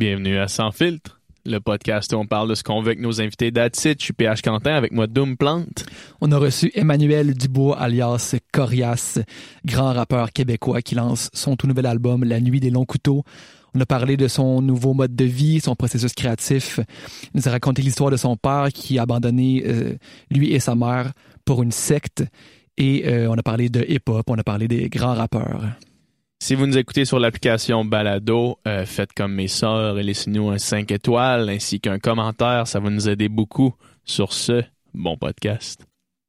Bienvenue à Sans Filtre, le podcast où on parle de ce qu'on veut avec nos invités d'Atsit. Je suis PH Quentin, avec moi Doom Plante. On a reçu Emmanuel Dubois, alias Corias, grand rappeur québécois qui lance son tout nouvel album La Nuit des Longs Couteaux. On a parlé de son nouveau mode de vie, son processus créatif. Il nous a raconté l'histoire de son père qui a abandonné lui et sa mère pour une secte. Et on a parlé de hip-hop, on a parlé des grands rappeurs. Si vous nous écoutez sur l'application Balado, faites comme mes sœurs et laissez-nous un 5 étoiles ainsi qu'un commentaire. Ça va nous aider beaucoup. Sur ce, bon podcast.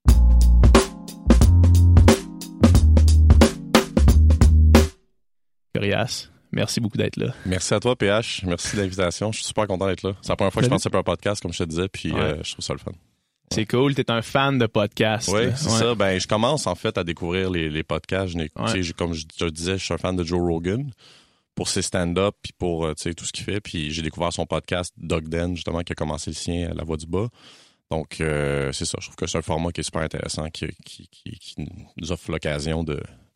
Corias, merci beaucoup d'être là. Merci à toi, PH. Merci de l'invitation. Je suis super content d'être là. C'est la première fois que je particippe à un podcast, comme je te disais, puis je trouve ça le fun. C'est cool, t'es un fan de podcasts. Oui, c'est ça. Ben, je commence en fait à découvrir les podcasts. Comme je te disais, je suis un fan de Joe Rogan pour ses stand-up puis pour tout ce qu'il fait. Puis j'ai découvert son podcast, Doug Den, justement, qui a commencé le sien, La Voix du Bas. Donc, c'est ça. Je trouve que c'est un format qui est super intéressant, qui nous offre l'occasion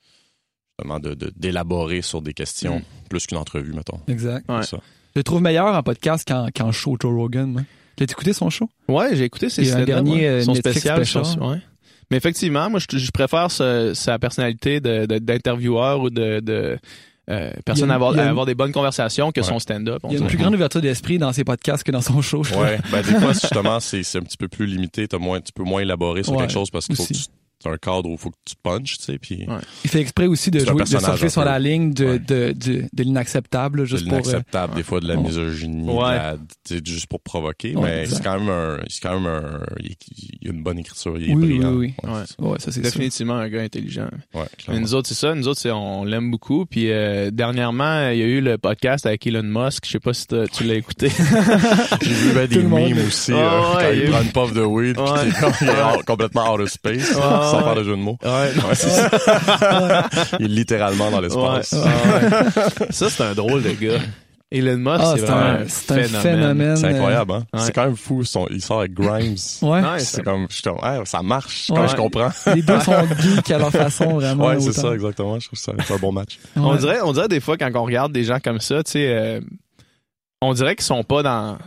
d'élaborer sur des questions plus qu'une entrevue, mettons. Exact. Ouais. Je le trouve meilleur en podcast qu'en show, Joe Rogan. Moi. T'as écouté son show? Ouais, j'ai écouté ses un dernier son Netflix spécial. Ouais. Mais effectivement, moi, je préfère sa personnalité d'intervieweur ou de personne à avoir des bonnes conversations que son stand-up. Il y a une plus grande ouverture d'esprit dans ses podcasts que dans son show. Ouais, ben des fois, justement, c'est un petit peu plus limité. Tu peux moins élaborer sur quelque chose parce qu'il faut que c'est un cadre où il faut que tu punches, tu sais, puis... Ouais. Il fait exprès aussi de surfer sur la ligne de l'inacceptable, juste de l'inacceptable, des fois de la misogynie, juste pour provoquer, mais c'est quand même il y a une bonne écriture, il est brillant. Oui. Ouais, ça c'est définitivement un gars intelligent. Ouais, mais nous autres, c'est ça. Nous autres, on l'aime beaucoup. Puis dernièrement, il y a eu le podcast avec Elon Musk. Je sais pas si tu l'as écouté. J'ai vu des memes aussi quand il prend une puff de weed, puis il est complètement out of space. Sans faire de jeu de mots. Ouais, c'est ça. Il est littéralement dans l'espace. Ça, c'est un drôle de gars. Elon Musk, c'est un phénomène. C'est incroyable, hein? Ouais. C'est quand même fou. Il sort avec Grimes. Ouais. C'est comme, ça marche. Quand je comprends. Les deux sont geeks à leur façon, vraiment. Ouais, c'est ça, exactement. Je trouve ça c'est un bon match. Ouais. On dirait des fois, quand on regarde des gens comme ça, tu sais, on dirait qu'ils sont pas dans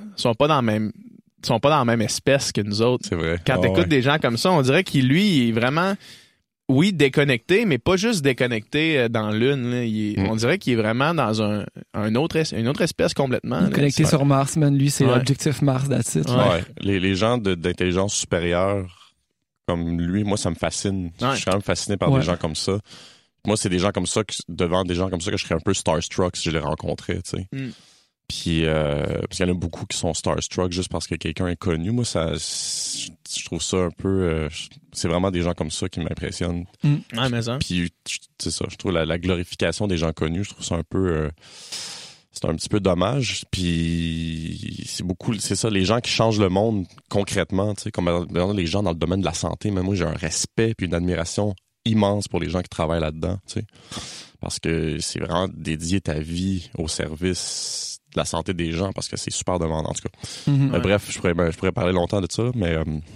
la même espèce que nous autres. C'est vrai. Quand t'écoutes des gens comme ça, on dirait qu'il, lui, il est vraiment, déconnecté, mais pas juste déconnecté dans l'une. Là. On dirait qu'il est vraiment dans une autre espèce complètement. Il est connecté sur Mars, man. Lui, c'est l'objectif Mars, that's it. Ouais. Les gens d'intelligence supérieure comme lui, moi, ça me fascine. Je suis quand même fasciné par des gens comme ça. Moi, c'est des gens comme ça, devant des gens comme ça, que je serais un peu starstruck si je les rencontrais, tu sais. Puis, parce qu'il y en a beaucoup qui sont starstruck juste parce que quelqu'un est connu. Moi, je trouve ça un peu... c'est vraiment des gens comme ça qui m'impressionnent. Ouais, mais ça. Puis, c'est ça, je trouve la glorification des gens connus, je trouve ça un peu... c'est un petit peu dommage. Puis, c'est ça, les gens qui changent le monde concrètement, tu sais, comme les gens dans le domaine de la santé. Mais moi, j'ai un respect puis une admiration immense pour les gens qui travaillent là-dedans, tu sais. Parce que c'est vraiment dédier ta vie au service de la santé des gens, parce que c'est super demandant, en tout cas. Bref, je pourrais parler longtemps de ça, mais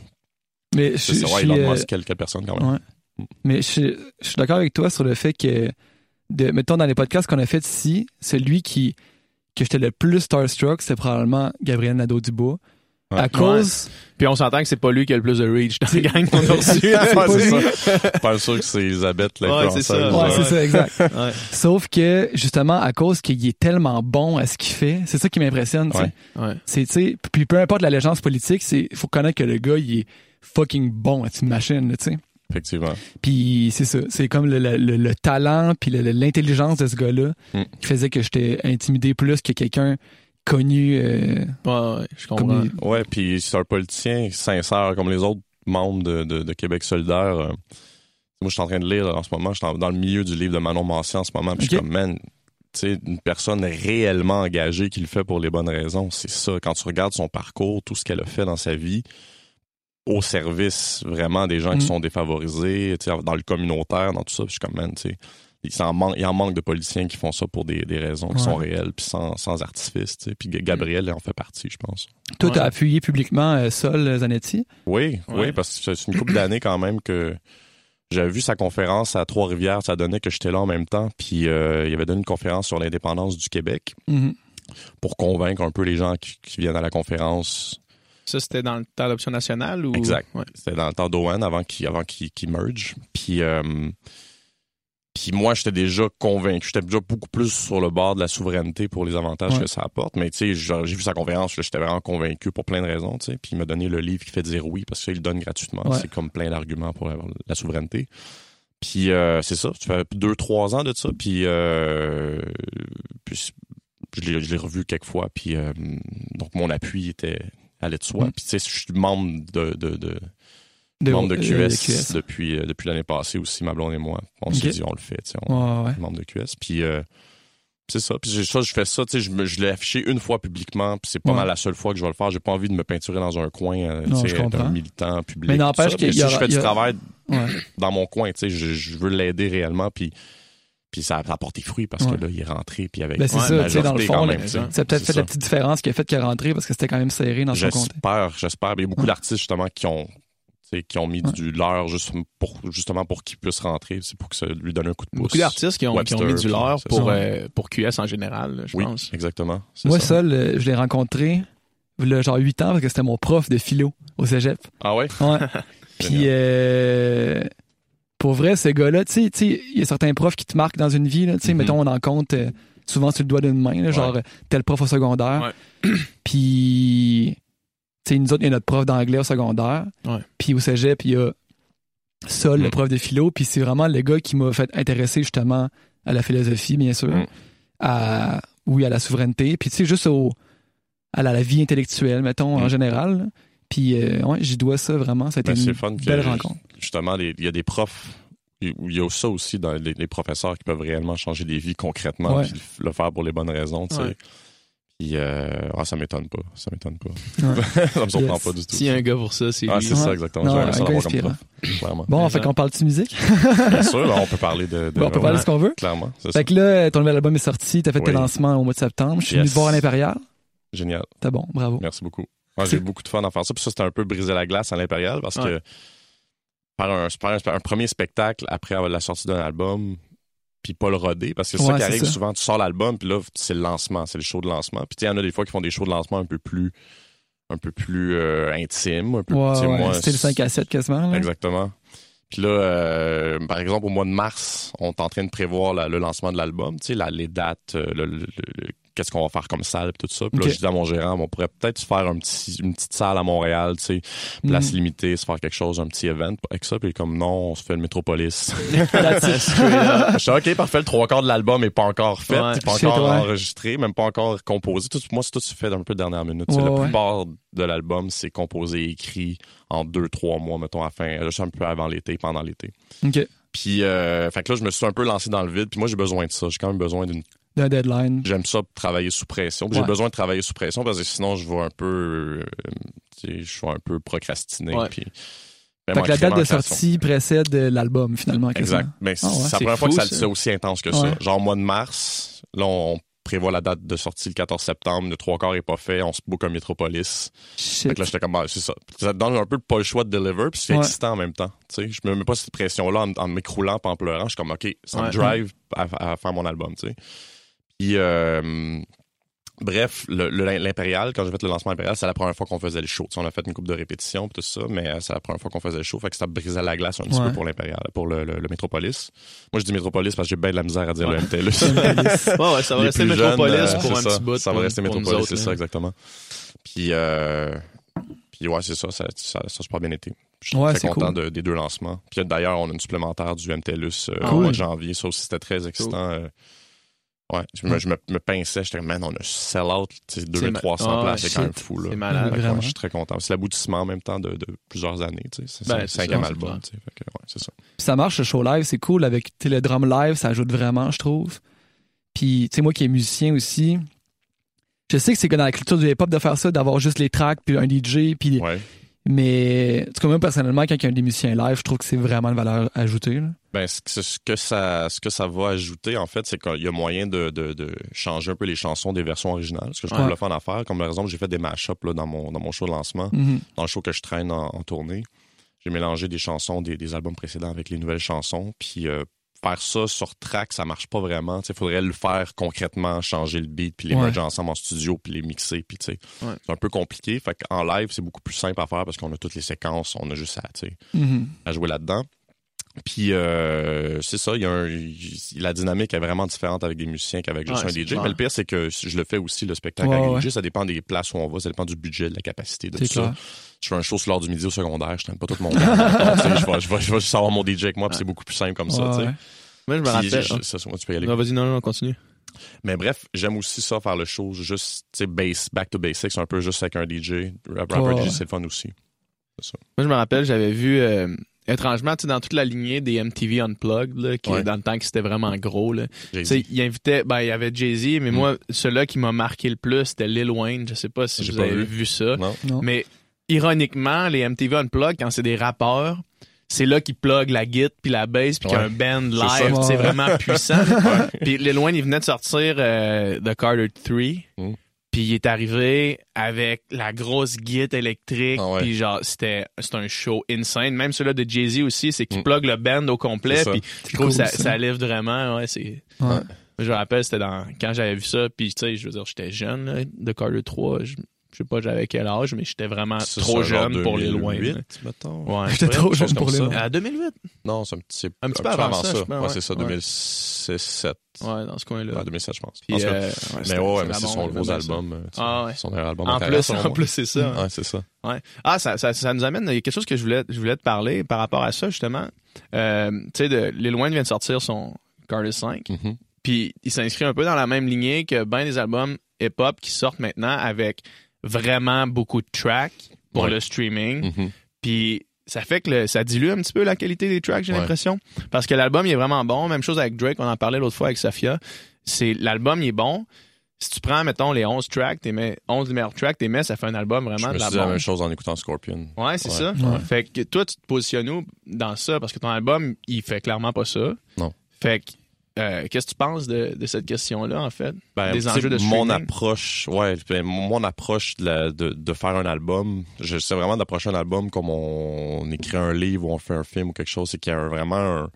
Elon Musk, quelle personne, quand même. Ouais. Mais je suis d'accord avec toi sur le fait que, mettons, dans les podcasts qu'on a fait ici, celui que j'étais le plus starstruck, c'est probablement Gabriel Nadeau-Dubois. À cause... Puis on s'entend que c'est pas lui qui a le plus de reach dans la gang qu'on a reçu. C'est ça. Pas sûr que c'est Elisabeth l'influenceuse. C'est ça, exact. Sauf que, justement, à cause qu'il est tellement bon à ce qu'il fait, c'est ça qui m'impressionne, tu sais. C'est, puis peu importe l'allégeance politique, il faut connaître que le gars, il est fucking bon à une machine, tu sais. Effectivement. Puis c'est ça, c'est comme le talent puis l'intelligence de ce gars-là qui faisait que j'étais intimidé plus que quelqu'un connu. Je comprends. Ouais, puis c'est un politicien sincère comme les autres membres de Québec solidaire. Moi, je suis en train de lire en ce moment, je suis dans le milieu du livre de Manon Mancier en ce moment, puis je suis comme, man, tu sais, une personne réellement engagée qui le fait pour les bonnes raisons, c'est ça. Quand tu regardes son parcours, tout ce qu'elle a fait dans sa vie, au service vraiment des gens qui sont défavorisés, tu sais, dans le communautaire, dans tout ça, puis je suis comme, man, tu sais, il en manque de politiciens qui font ça pour des raisons qui sont réelles puis sans artifice, tu sais. Puis Gabriel en fait partie, je pense. Toi, t'as appuyé publiquement Sol Zanetti? Oui, parce que c'est une couple d'années quand même que j'avais vu sa conférence à Trois-Rivières, ça donnait que j'étais là en même temps, puis il avait donné une conférence sur l'indépendance du Québec. pour convaincre un peu les gens qui viennent à la conférence. Ça, c'était dans le temps d'Option Nationale? Ou... Exact. Ouais. C'était dans le temps d'Owen avant qu'il merge. Puis moi, j'étais déjà convaincu. J'étais déjà beaucoup plus sur le bord de la souveraineté pour les avantages que ça apporte. Mais tu sais, j'ai vu sa conférence, là, j'étais vraiment convaincu pour plein de raisons. Tu sais. Puis il m'a donné le livre qui fait dire oui parce qu'il le donne gratuitement. Ouais. C'est comme plein d'arguments pour la souveraineté. Puis c'est ça, ça fait 2-3 ans de ça. Puis je l'ai revu quelques fois. Puis donc mon appui allait de soi. Puis tu sais, je suis membre de QS, depuis l'année passée aussi, ma blonde et moi. On s'est dit, on le fait, tu sais, on est membre de QS. Puis c'est ça. Puis je fais ça, tu sais, je l'ai affiché une fois publiquement, puis c'est pas mal la seule fois que je vais le faire. J'ai pas envie de me peinturer dans un coin, tu sais, d'un militant public. Mais n'empêche que si je fais du travail dans mon coin, tu sais, je veux l'aider réellement, puis ça a porté fruit parce que là, il est rentré. Puis avec c'est ça, tu sais, dans le fond, ça a peut-être fait ça. La petite différence qui a fait qu'il est rentré parce que c'était quand même serré dans son compte. J'espère. Il y a beaucoup d'artistes, justement, qui ont mis du leur justement pour qu'il puisse rentrer. C'est pour que ça lui donne un coup de pouce. Beaucoup d'artistes qui ont mis du leur pour QS en général, je pense. Exactement. Moi, seul, je l'ai rencontré il y a genre 8 ans parce que c'était mon prof de philo au cégep. Ah ouais? Ouais. Puis... pour vrai, ce gars-là, tu sais, il y a certains profs qui te marquent dans une vie, tu sais, mettons, on en compte souvent sur le doigt d'une main, là, genre tel prof au secondaire. Puis, tu sais, nous autres, il y a notre prof d'anglais au secondaire. Puis au cégep, il y a Sol, le prof de philo. Puis c'est vraiment le gars qui m'a fait intéresser justement à la philosophie, bien sûr, à la souveraineté. Puis tu sais, juste à la vie intellectuelle, mettons, en général. Là. Puis, j'y dois ça vraiment. Ça a été une belle rencontre. Justement, il y a des profs, il y a ça aussi dans les professeurs qui peuvent réellement changer des vies concrètement puis le faire pour les bonnes raisons, tu sais. Puis, ça m'étonne pas. Ça m'étonne pas. Ça me surprend pas du tout. S'il y a un gars pour ça, c'est lui. C'est ça, exactement. J'aimerais ça l'avoir comme prof. Clairement. Bon, fait qu'on parle de musique. Bien sûr, on peut parler de on peut parler de ce qu'on veut. Clairement. Fait que là, ton nouvel album est sorti. T'as fait tes lancements au mois de septembre. Je suis venu te voir à l'Impérial. Génial. T'es bon, bravo. Merci beaucoup. Moi, j'ai eu beaucoup de fun à faire ça. Puis ça, c'était un peu briser la glace à l'Impérial parce que faire un premier spectacle après la sortie d'un album, puis pas le roder, parce que c'est ça qui arrive souvent. Tu sors l'album, puis là, c'est le lancement, c'est le show de lancement. Puis il y en a des fois qui font des shows de lancement un peu plus intimes. Moi, c'était le 5 à 7 quasiment. Là. Exactement. Puis là, par exemple, au mois de mars, on est en train de prévoir le lancement de l'album, tu sais, les dates, qu'est-ce qu'on va faire comme salle, puis tout ça. Puis là, je dis à mon gérant, on pourrait peut-être se faire une petite salle à Montréal, tu sais, place limitée, se faire quelque chose, un petit event avec ça. Puis comme non, on se fait le Métropolis. Je suis OK, parfait, le 3/4 de l'album n'est pas encore fait, pas encore enregistré, même pas encore composé. Moi, c'est tout fait un peu dernière minute. La plupart de l'album, c'est composé et écrit en 2-3 mois, mettons, à la fin, juste un peu avant l'été, pendant l'été. OK. Puis, fait que là, je me suis un peu lancé dans le vide. Puis moi, j'ai besoin de ça. J'ai quand même besoin d'un deadline. J'aime ça travailler sous pression. J'ai besoin de travailler sous pression parce que sinon, je vais un peu procrastiner. Puis, fait que la date de sortie précède l'album, finalement. Exact. Mais c'est la première fois que c'est aussi intense que ça. Genre, au mois de mars, là, on prévoit la date de sortie le 14 septembre. Le 3/4 est pas fait. On se book un Métropolis. Fait que là, j'étais comme, c'est ça. Ça te donne un peu pas le choix de deliver, puis c'est excitant en même temps. Tu sais, je me mets pas cette pression-là en m'écroulant et en pleurant. Je suis comme, OK, ça me drive à faire mon album, tu sais. Puis, bref, l'Impérial, quand j'ai fait le lancement Impérial, c'est la première fois qu'on faisait le show. T'sais, on a fait une couple de répétitions et tout ça, mais c'est la première fois qu'on faisait le show. Fait que ça brisait la glace un petit peu pour l'Impérial, pour le Métropolis. Moi, je dis Métropolis parce que j'ai bien de la misère à dire le MTLUS. Ça va rester Métropolis pour un petit bout. Ça va rester Métropolis, c'est ça, exactement. Puis c'est ça a super bien été. Je suis très content des 2 lancements. Puis d'ailleurs, on a une supplémentaire du MTLUS au mois de janvier. Ça aussi, c'était très excitant. Je me pinçais, j'étais comme, man, on a sell out 2300 places, c'est quand même fou. Là. C'est malade. Je suis très content. C'est l'aboutissement en même temps de plusieurs années. C'est le 5e album. C'est ça. Puis ça marche, le show live, c'est cool. Avec le drum live, ça ajoute vraiment, je trouve. Puis, tu sais, moi qui est musicien aussi, je sais que c'est que dans la culture du hip-hop de faire ça, d'avoir juste les tracks, puis un DJ, puis... Mais, tu sais, moi, personnellement, quand il y a des musiciens live, je trouve que c'est vraiment une valeur ajoutée. Là. Ben, ce que ça va ajouter, en fait, c'est qu'il y a moyen de changer un peu les chansons des versions originales. Ce que je trouve le fun à faire. Comme par exemple, j'ai fait des mash-ups là, dans mon show de lancement, dans le show que je traîne en tournée. J'ai mélangé des chansons des albums précédents avec les nouvelles chansons, puis faire ça sur track, ça marche pas vraiment. Il faudrait le faire concrètement, changer le beat, puis les merger ensemble en studio, puis les mixer. Puis c'est un peu compliqué. Fait qu'en live, c'est beaucoup plus simple à faire parce qu'on a toutes les séquences, on a juste à jouer là-dedans. Puis c'est ça, la dynamique est vraiment différente avec des musiciens qu'avec juste un DJ. Mais le pire, c'est que je le fais aussi, le spectacle avec DJ, ça dépend des places où on va, ça dépend du budget, de la capacité, de tout ça. Je fais un show sur l'heure du midi au secondaire, je traîne pas tout mon temps. Je vais juste avoir mon DJ avec moi, puis c'est beaucoup plus simple comme ça. Moi, je me rappelle. Tu peux y aller. Non, vas-y, non, continue. Mais bref, j'aime aussi ça, faire le show, juste, back to basics, un peu juste avec un DJ. Rapper DJ, c'est le fun aussi. C'est ça. Moi, je me rappelle, j'avais vu... étrangement, dans toute la lignée des MTV Unplugged, là, qui dans le temps que c'était vraiment gros, là. Il invitait, il y avait Jay-Z, mais moi, celui-là qui m'a marqué le plus, c'était Lil Wayne. Je sais pas si vous avez vu ça. Non. Mais ironiquement, les MTV Unplugged, quand c'est des rappeurs, c'est là qu'ils plug la guitare puis la bass puis qu'il y a un band live, c'est vraiment puissant. Puis Lil Wayne, il venait de sortir The Carter 3. Puis il est arrivé avec la grosse guitare électrique, puis genre c'est un show insane. Même celui-là de Jay-Z aussi, c'est qu'il plug le band au complet, puis je trouve que ça livre vraiment. Je me rappelle, c'était quand j'avais vu ça, puis tu sais, je veux dire, j'étais jeune là, de Carter 3, je sais pas j'avais quel âge, mais j'étais vraiment trop jeune pour Lil Wayne. J'étais trop jeune pour Lil Wayne. À 2008? Non, c'est un petit peu avant ça. C'est ça, 2006-2007. Ouais, dans ce coin-là. 2007, je pense. Puis, mais c'est son gros album. Son dernier album. En plus, c'est ça. Ouais, c'est ça. Ouais. Ah, ça nous amène, il y a quelque chose que je voulais te parler par rapport à ça, justement. Tu sais, Lil Wayne vient de sortir son Carter 5. Puis il s'inscrit un peu dans la même lignée que ben des albums hip-hop qui sortent maintenant avec vraiment beaucoup de tracks pour le streaming. Puis ça fait que ça dilue un petit peu la qualité des tracks, j'ai l'impression. Parce que l'album, il est vraiment bon. Même chose avec Drake, on en parlait l'autre fois avec Safia. L'album, il est bon. Si tu prends, mettons, les 11 tracks, 11 meilleurs tracks, ça fait un album vraiment de la bombe. la même chose en écoutant Scorpion. Ouais, c'est ça. Fait que toi, tu te positionnes où dans ça? Parce que ton album, il fait clairement pas ça. Non. Fait que qu'est-ce que tu penses de cette question-là, en fait? Des enjeux de streaming? Mon approche de faire un album, j'essaie vraiment d'approcher un album comme on écrit un livre ou on fait un film ou quelque chose, c'est qu'il y a vraiment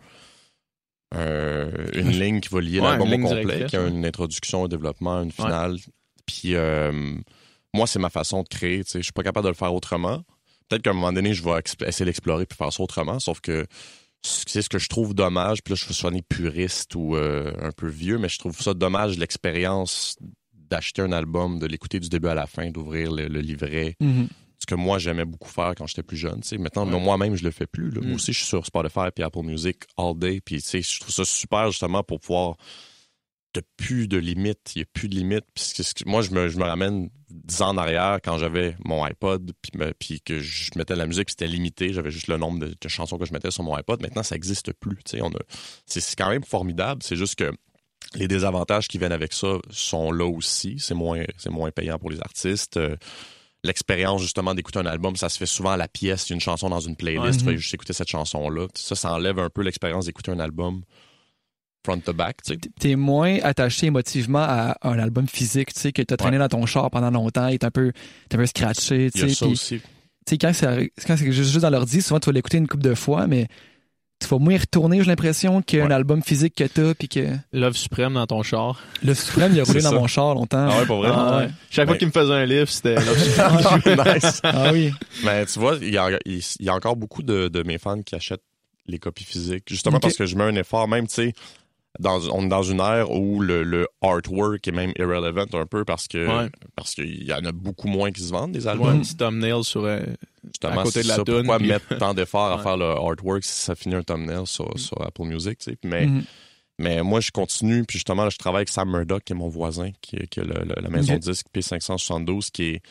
une ligne qui va lier l'album au complet, qui a une introduction, un développement, une finale. Puis moi, c'est ma façon de créer. Je suis pas capable de le faire autrement. Peut-être qu'à un moment donné, je vais essayer d'explorer puis faire ça autrement, sauf que c'est ce que je trouve dommage, puis là je vais sonner puriste ou un peu vieux, mais je trouve ça dommage l'expérience d'acheter un album, de l'écouter du début à la fin, d'ouvrir le livret. Ce que moi j'aimais beaucoup faire quand j'étais plus jeune. Maintenant, moi-même je le fais plus. Moi aussi je suis sur Spotify puis Apple Music all day, puis je trouve ça super justement pour pouvoir. T'as plus de limites, il n'y a plus de limites. Moi, je me ramène 10 ans en arrière quand j'avais mon iPod puis que je mettais de la musique puis c'était limité. J'avais juste le nombre de chansons que je mettais sur mon iPod. Maintenant, ça n'existe plus. C'est quand même formidable. C'est juste que les désavantages qui viennent avec ça sont là aussi. C'est moins payant pour les artistes. L'expérience, justement, d'écouter un album, ça se fait souvent à la pièce. Il y a une chanson dans une playlist. Tu vas juste écouter cette chanson-là. Ça enlève un peu l'expérience d'écouter un album front to back, tu sais. T'es moins attaché émotivement à un album physique, tu sais, que t'as traîné dans ton char pendant longtemps et t'es un peu scratché, tu sais. Il y a ça aussi. Tu sais, quand c'est juste dans l'ordi, souvent tu vas l'écouter une couple de fois, mais tu vas moins y retourner, j'ai l'impression, qu'un album phisique que t'as, puis que... Love Suprême dans ton char. Love Suprême, il a roulé dans mon char longtemps. Ah ouais, pour vrai? Chaque fois qu'il me faisait un livre, c'était Love Suprême. Nice. Ah oui. Mais tu vois, il y a encore beaucoup de mes fans qui achètent les copies physiques, justement parce que je mets un effort, même, tu sais, on est dans une ère où le artwork est même irrelevant un peu parce qu'il y en a beaucoup moins qui se vendent des albums. Un petit thumbnail sur justement, à côté de la toune. Pourquoi mettre tant d'efforts à faire le artwork si ça finit un thumbnail sur Apple Music, tu sais. Mais moi, je continue, puis justement, là, je travaille avec Sam Murdoch, qui est mon voisin, qui a la maison de disque P572, qui est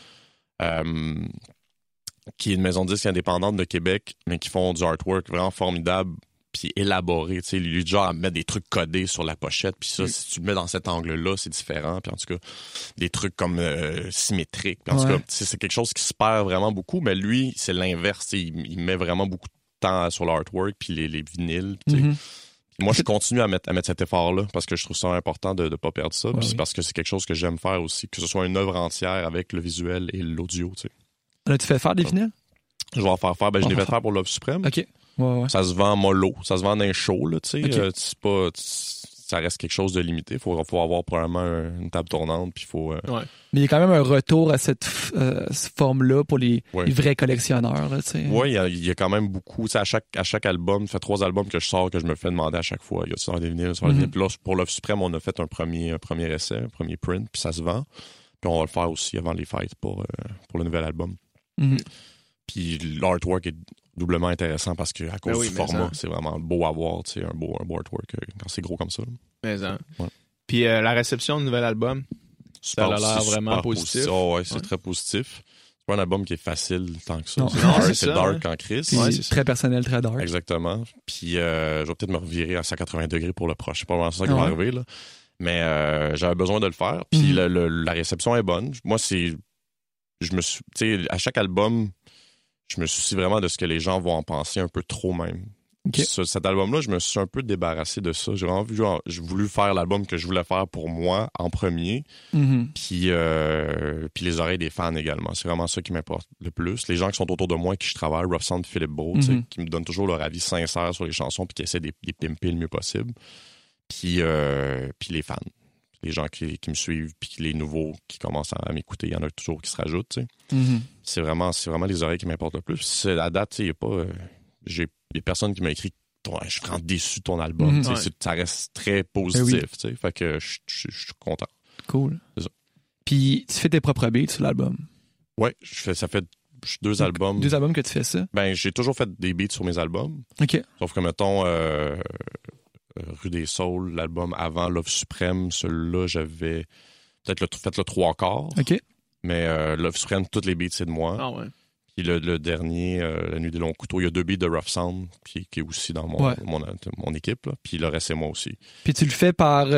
une maison de disque indépendante de Québec, mais qui font du artwork vraiment formidable puis élaboré, tu sais, lui genre à mettre des trucs codés sur la pochette, puis ça, si tu le mets dans cet angle-là, c'est différent, puis en tout cas, des trucs comme symétriques, puis en tout cas, c'est quelque chose qui se perd vraiment beaucoup, mais lui, c'est l'inverse, il met vraiment beaucoup de temps sur l'artwork, puis les vinyles, tu sais. Moi, je continue à mettre cet effort-là, parce que je trouve ça important de ne pas perdre ça, puis c'est parce que c'est quelque chose que j'aime faire aussi, que ce soit une œuvre entière avec le visuel et l'audio, tu sais. Là, tu fais faire des vinyles? Je vais en faire. Je l'ai fait faire pour Love Suprême. OK. Ouais. Ça se vend mollo, ça se vend dans un show, là, tu sais. Okay. C'est pas... ça reste quelque chose de limité. Faut avoir probablement une table tournante, puis faut... Mais il y a quand même un retour à cette forme-là pour les vrais collectionneurs, là, tu sais. Oui, il y a quand même beaucoup. À chaque album, ça fait 3 albums que je sors que je me fais demander à chaque fois. Il y a ça des vinyles, sur les vinyles. Puis là, pour Love Supreme, on a fait un premier essai, un premier print, puis ça se vend. Puis on va le faire aussi avant les fêtes pour le nouvel album. Mm-hmm. Puis l'artwork est doublement intéressant parce que à cause du format, c'est vraiment beau à voir, tu sais, un beau artwork quand c'est gros comme ça. Mais Puis la réception du nouvel album, ça a l'air vraiment positif. C'est très positif. C'est pas un album qui est facile tant que ça. Non. C'est dark en crise. C'est très personnel, très dark. Exactement. Puis je vais peut-être me revirer à 180 degrés pour le prochain. C'est pas vraiment ça qui va arriver, là. Mais j'avais besoin de le faire. Puis la réception est bonne. Moi, tu sais, à chaque album, je me soucie vraiment de ce que les gens vont en penser un peu trop même. Okay. Cet album-là, je me suis un peu débarrassé de ça. J'ai voulu faire l'album que je voulais faire pour moi en premier, puis les oreilles des fans également. C'est vraiment ça qui m'importe le plus. Les gens qui sont autour de moi, qui je travaille, Rough Sound, Philippe Beau, qui me donnent toujours leur avis sincère sur les chansons, puis qui essaient de les pimper le mieux possible. Puis les fans. Les gens qui me suivent, puis les nouveaux qui commencent à m'écouter, il y en a toujours qui se rajoutent. Tu sais. C'est vraiment les oreilles qui m'importent le plus. À date, il n'y a pas... j'ai des personnes qui m'ont écrit je suis vraiment déçu de ton album. Ça reste très positif. Tu sais. Fait que je suis content. Cool. C'est ça. Puis tu fais tes propres beats sur l'album? Oui, ça fait 2 albums. 2 albums que tu fais ça? Ben, j'ai toujours fait des beats sur mes albums. OK. Sauf que, mettons... Rue des Saules, l'album avant Love Supreme, celui-là, j'avais peut-être fait le 3/4. OK. Mais Love Supreme, toutes les beats, c'est de moi. Ah ouais. Puis le dernier, La Nuit des Longs Couteaux, il y a 2 beats de Rough Sound qui est aussi dans mon équipe. Là. Puis le reste, c'est moi aussi. Puis tu le fais parce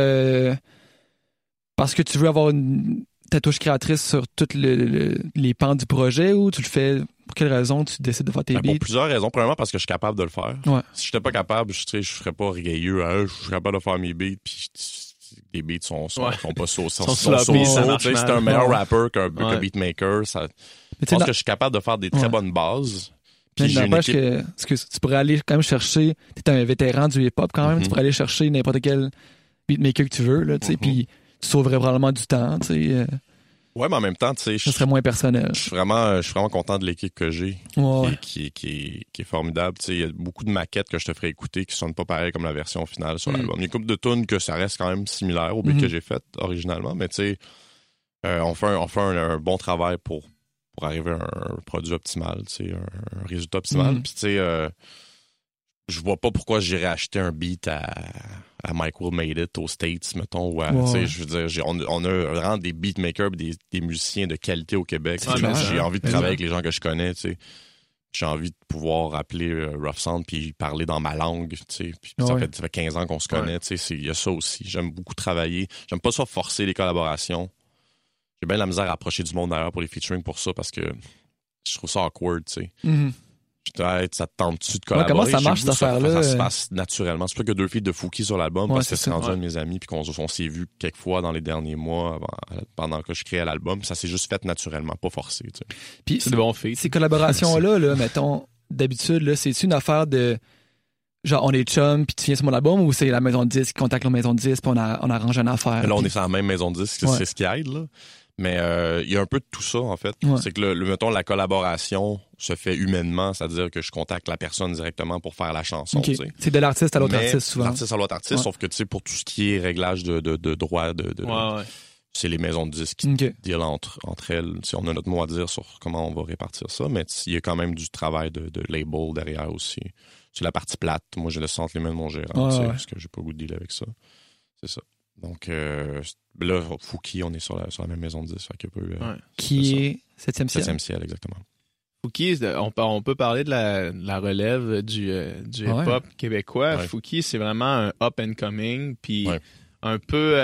que tu veux avoir ta touche créatrice sur toutes les pans du projet, ou tu le fais... Pour quelle raison tu décides de faire tes beats? Pour plusieurs raisons. Premièrement, parce que je suis capable de le faire. Ouais. Si j'étais pas capable, je ferais pas rigueux. Je suis capable de faire mes beats, puis les beats sont pas saucés. C'est un meilleur rapper qu'un beatmaker. Je pense que je suis capable de faire des très bonnes bases. Puis que tu pourrais aller quand même chercher... T'es un vétéran du hip-hop quand même. Tu pourrais aller chercher n'importe quel beatmaker que tu veux, là, tu sais, puis tu sauverais probablement du temps, tu sais... Ouais, mais en même temps, tu sais, ça serait moins personnel. Je suis vraiment content de l'équipe que j'ai, qui est formidable. Tu sais, il y a beaucoup de maquettes que je te ferai écouter qui sonnent pas pareil comme la version finale sur l'album. Il y a une couple de tunes que ça reste quand même similaire au beat que j'ai fait originalement, mais tu sais, on fait un bon travail pour arriver à un produit optimal, tu sais, un résultat optimal. Puis tu sais, je vois pas pourquoi j'irais acheter un beat à Mike Will Made It aux States, mettons. Je veux dire, on a vraiment des beatmakers et des musiciens de qualité au Québec. J'ai envie de travailler avec les gens que je connais. Tu sais. J'ai envie de pouvoir appeler Rough Sound puis parler dans ma langue. Tu sais. Puis ça fait 15 ans qu'on se connaît. Tu sais. Il y a ça aussi. J'aime beaucoup travailler. J'aime pas ça forcer les collaborations. J'ai bien la misère à approcher du monde d'ailleurs pour les featuring pour ça parce que je trouve ça awkward. Tu sais. Ça te tente-tu de collaborer? Comment ça marche, cette affaire-là? Ça se passe naturellement. C'est pas que 2 filles de Fouki sur l'album, parce que c'est rendu un de mes amis, puis qu'on s'est vu quelques fois dans les derniers mois pendant que je créais l'album. Ça s'est juste fait naturellement, pas forcé. Tu sais. Puis c'est de bon fait. Ces collaborations-là, mettons, d'habitude, là, c'est-tu une affaire de genre on est chum puis tu viens sur mon album, ou c'est la maison de disque qui contacte la maison de disque puis on arrange une affaire? Là, on est sur la même maison de disque, c'est ce qui aide, là. Mais il y a un peu de tout ça, en fait. C'est que, mettons, la collaboration se fait humainement, c'est-à-dire que je contacte la personne directement pour faire la chanson. Okay. C'est de l'artiste à l'autre artiste, souvent. L'artiste à l'autre artiste, sauf que, tu sais, pour tout ce qui est réglage de droit, c'est les maisons de disques qui dealent entre elles. T'sais, on a notre mot à dire sur comment on va répartir ça, mais il y a quand même du travail de label derrière aussi. C'est la partie plate. Moi, je laisse entre les mains de mon gérant, parce que j'ai pas le goût de dealer avec ça. C'est ça. Donc, là, Fouki, on est sur la même maison de 10. Qui est 7e ciel? 7e ciel, exactement. Fouki, on peut parler de la relève du hip-hop québécois. Ouais. Fouki, c'est vraiment un up and coming, puis un peu...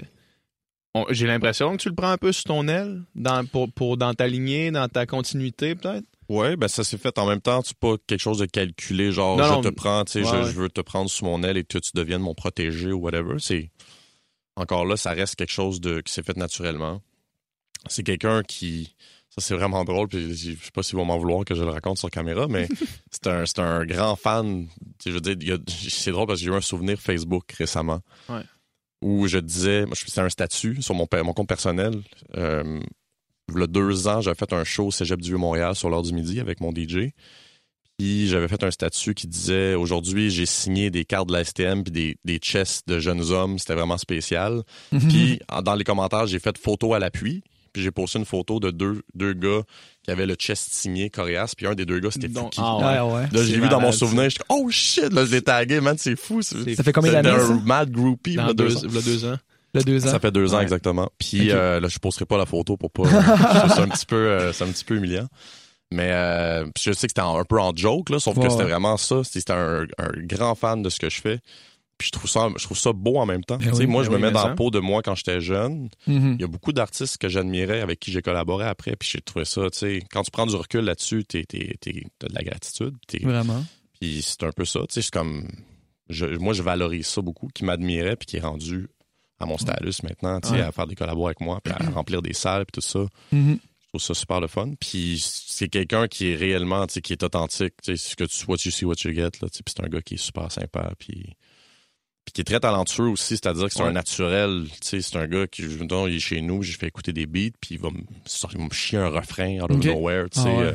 j'ai l'impression que tu le prends un peu sur ton aile, dans ta lignée, dans ta continuité, peut-être? Oui, ben ça s'est fait en même temps. C'est pas quelque chose de calculé, genre je te prends, tu sais, je veux te prendre sous mon aile et que tu deviennes mon protégé ou whatever. Encore là, ça reste quelque chose qui s'est fait naturellement. C'est quelqu'un qui... Ça, c'est vraiment drôle. Puis je sais pas s'ils vont m'en vouloir que je le raconte sur caméra, mais c'est un grand fan. Je veux dire, c'est drôle parce que j'ai eu un souvenir Facebook récemment où je disais, c'était un statut sur mon compte personnel. Il y a 2 ans, j'avais fait un show au Cégep du Vieux-Montréal sur l'heure du midi avec mon DJ. Puis j'avais fait un statut qui disait « Aujourd'hui, j'ai signé des cartes de la STM puis des chests de jeunes hommes. C'était vraiment spécial. Puis dans les commentaires, j'ai fait photo à l'appui. Puis j'ai posté une photo de deux gars qui avaient le chest signé Corias. Puis un des 2 gars, c'était Fouki. Là, j'ai vu dans mon souvenir, je suis comme « Oh shit! » Là, je l'ai tagué, man, c'est fou. Ça fait combien d'années, ça? Un mad groupie. Dans 2 ans. Le 2 ans. Ça fait 2 ans, exactement. Puis là, je posterai pas la photo pour pas... c'est un petit peu humiliant. Mais je sais que c'était un peu en joke, là, sauf que c'était vraiment ça. C'était un grand fan de ce que je fais. Puis je trouve ça beau en même temps. Moi, je me mets dans la peau de moi quand j'étais jeune. Il y a beaucoup d'artistes que j'admirais, avec qui j'ai collaboré après. Puis j'ai trouvé ça, tu sais, quand tu prends du recul là-dessus, t'as de la gratitude. Vraiment. Puis c'est un peu ça. Tu sais, c'est comme... moi, je valorise ça beaucoup, qui m'admirait puis qui est rendu à mon stylus maintenant, tu sais, à faire des collabos avec moi, puis à remplir des salles, puis tout ça. Je trouve ça super le fun. Puis c'est quelqu'un qui est réellement, tu sais, qui est authentique. Tu sais, ce que tu what you see, what you get. Là, tu sais, puis c'est un gars qui est super sympa, puis qui est très talentueux aussi, c'est-à-dire que c'est un naturel. Tu sais, c'est un gars qui, il est chez nous, j'ai fait écouter des beats, puis il va me chier un refrain out of nowhere, tu sais.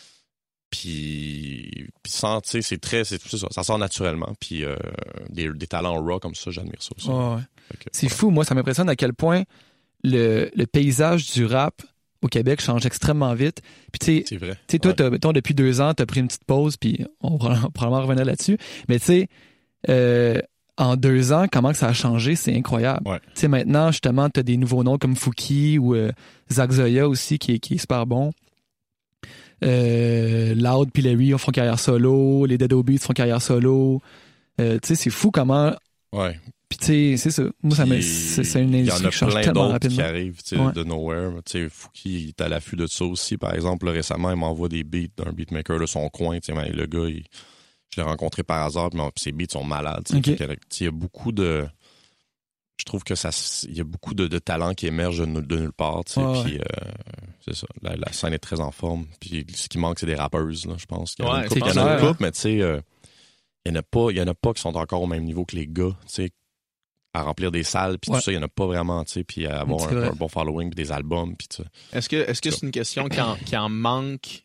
Puis sans, tu sais, c'est ça, ça sort naturellement. Puis des talents raw comme ça, j'admire ça aussi. C'est fou, moi, ça m'impressionne à quel point le paysage du rap au Québec change extrêmement vite. Puis tu sais, toi, depuis 2 ans, t'as pris une petite pause, puis on va probablement revenir là-dessus. Mais tu sais, en 2 ans, comment que ça a changé, c'est incroyable. Tu sais, maintenant, justement, t'as des nouveaux noms comme Fouki ou Zach Zoya aussi, qui est super bon. Loud puis Larry font carrière solo, les Dead Obeats font carrière solo. Tu sais, c'est fou comment... Puis tu sais, c'est ça. Moi, c'est une industrie qui change tellement rapidement. Il y en a plein d'autres qui arrivent de nowhere. Tu sais, Fouki est à l'affût de ça aussi. Par exemple, là, récemment, il m'envoie des beats d'un beatmaker de son coin. Tu sais, le gars, je l'ai rencontré par hasard, puis ses beats sont malades. Il y a beaucoup de... Je trouve que il y a beaucoup de talents qui émergent de nulle part. Puis c'est ça. La scène est très en forme. Puis ce qui manque, c'est des rappeuses, là, je pense. Il y en a une couple, mais tu sais, il y en a pas qui sont encore au même niveau que les gars, tu sais, à remplir des salles, puis tout ça, il y en a pas vraiment, tu sais, puis à avoir un bon following, puis des albums, puis tout ça. Est-ce que c'est une question qui en manque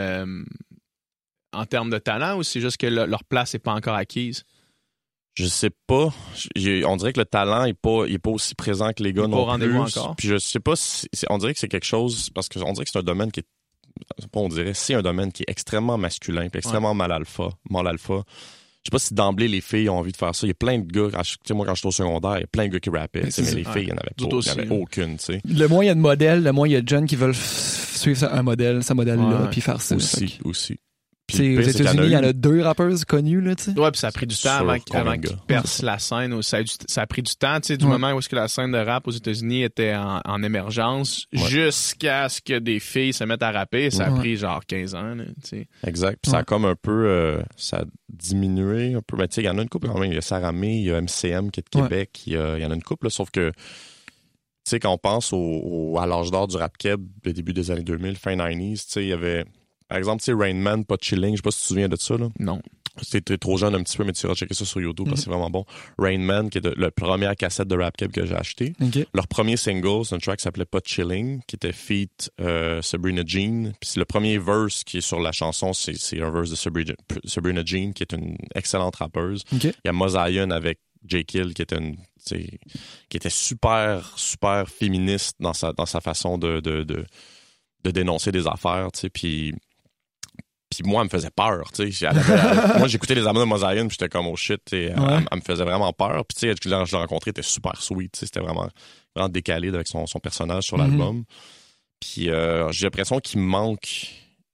en termes de talent, ou c'est juste que leur place n'est pas encore acquise? Je sais pas. On dirait que le talent est pas aussi présent que les gars non plus. Rendez-vous encore. Puis je sais pas on dirait que c'est quelque chose, parce qu'on dirait que c'est un domaine qui est, c'est un domaine qui est extrêmement masculin, puis extrêmement mal alpha. Je sais pas si d'emblée les filles ont envie de faire ça. Il y a plein de gars, tu sais, moi quand j'étais au secondaire, il y a plein de gars qui rappaient, mais les filles, il y en avait aucune, tu sais. Le moins il y a de modèles, le moins il y a de jeunes qui veulent suivre ce modèle-là, puis faire ça. Aussi. Puis aux États-Unis, il y en a 2 rappeuses connus, là, tu sais. Ouais, puis ça a pris du temps avant qu'ils percent la scène. Ça a pris du temps, tu sais, du moment où est-ce que la scène de rap aux États-Unis était en émergence, jusqu'à ce que des filles se mettent à rapper. Ça a pris genre 15 ans, là, tu sais. Exact. Puis ça a comme un peu, ça a diminué un peu. Mais tu sais, il y en a une couple quand même. Il y a Sarah May, il y a MCM qui est de Québec. Il y en a une couple, là, sauf que, tu sais, quand on pense à l'âge d'or du rap keb, le début des années 2000, fin 90s, tu sais, il y avait... Par exemple, tu sais, Rain Man, Pas de Chilling, je sais pas si tu te souviens de ça, là. Non. T'es trop jeune un petit peu, mais tu iras checker ça sur YouTube parce que c'est vraiment bon. Rain Man, qui est la première cassette de Rap Keb que j'ai acheté. Leur premier single, c'est un track qui s'appelait Pas de Chilling, qui était feat Sabrina Jean. Puis c'est le premier verse qui est sur la chanson, c'est un verse de Sabrina Jean, qui est une excellente rappeuse. Il y a Mozaïen avec J. Kill, qui était super, super féministe dans sa façon de dénoncer des affaires, tu sais, puis moi, elle me faisait peur, tu sais. Moi, j'écoutais les albums de Mozaïen, puis j'étais comme, oh shit, elle me faisait vraiment peur. Puis tu sais, quand je l'ai rencontré, elle était super sweet, tu sais, c'était vraiment décalé avec son personnage sur l'album. Puis j'ai l'impression qu'il manque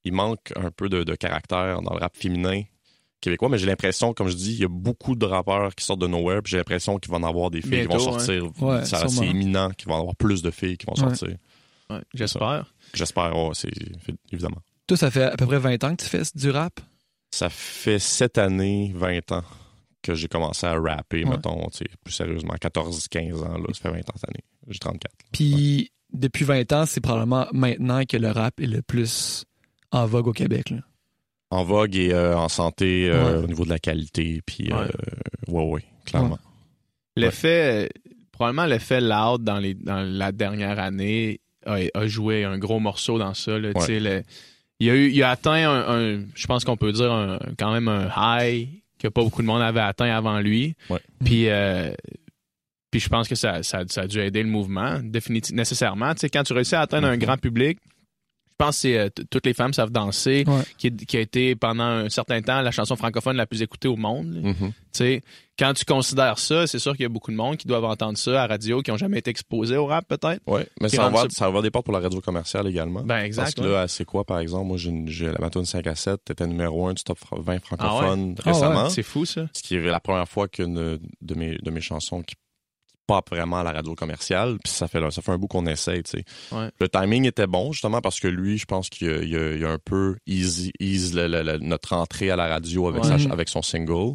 un peu de caractère dans le rap féminin québécois, mais j'ai l'impression, comme je dis, il y a beaucoup de rappeurs qui sortent de nowhere, puis j'ai l'impression qu'il va en avoir des filles qui vont sortir. C'est imminent qu'il va en avoir plus de filles qui vont sortir. Ouais, j'espère. J'espère, c'est évidemment. Toi, ça fait à peu près 20 ans que tu fais du rap? Ça fait cette année, 20 ans, que j'ai commencé à rapper, mettons, plus sérieusement. 14-15 ans, là, ça fait 20 ans cette année. J'ai 34. Puis, depuis 20 ans, c'est probablement maintenant que le rap est le plus en vogue au Québec, là. En vogue et en santé au niveau de la qualité, puis clairement. Probablement l'effet Loud dans la dernière année a joué un gros morceau dans ça. Là, il a atteint je pense qu'on peut dire quand même un high que pas beaucoup de monde avait atteint avant lui. Ouais. Puis je pense que ça a dû aider le mouvement, nécessairement. Tu sais, quand tu réussis à atteindre un grand public, je pense que c'est Toutes les femmes savent danser, qui a été pendant un certain temps la chanson francophone la plus écoutée au monde. Tu sais, quand tu considères ça, c'est sûr qu'il y a beaucoup de monde qui doivent entendre ça à la radio, qui n'ont jamais été exposés au rap, peut-être. Oui, mais ça va ouvrir des portes pour la radio commerciale également. Ben, exact. Parce que là, c'est quoi, par exemple? Moi, j'ai la Matone 5 à 7, t'étais numéro 1 du top 20 francophone récemment. C'est fou, ça. Ce qui est la première fois qu'une de mes chansons qui pop vraiment à la radio commerciale, puis ça fait un bout qu'on essaye, tu sais. Ouais. Le timing était bon, justement, parce que lui, je pense qu'il a un peu ease notre entrée à la radio avec son single.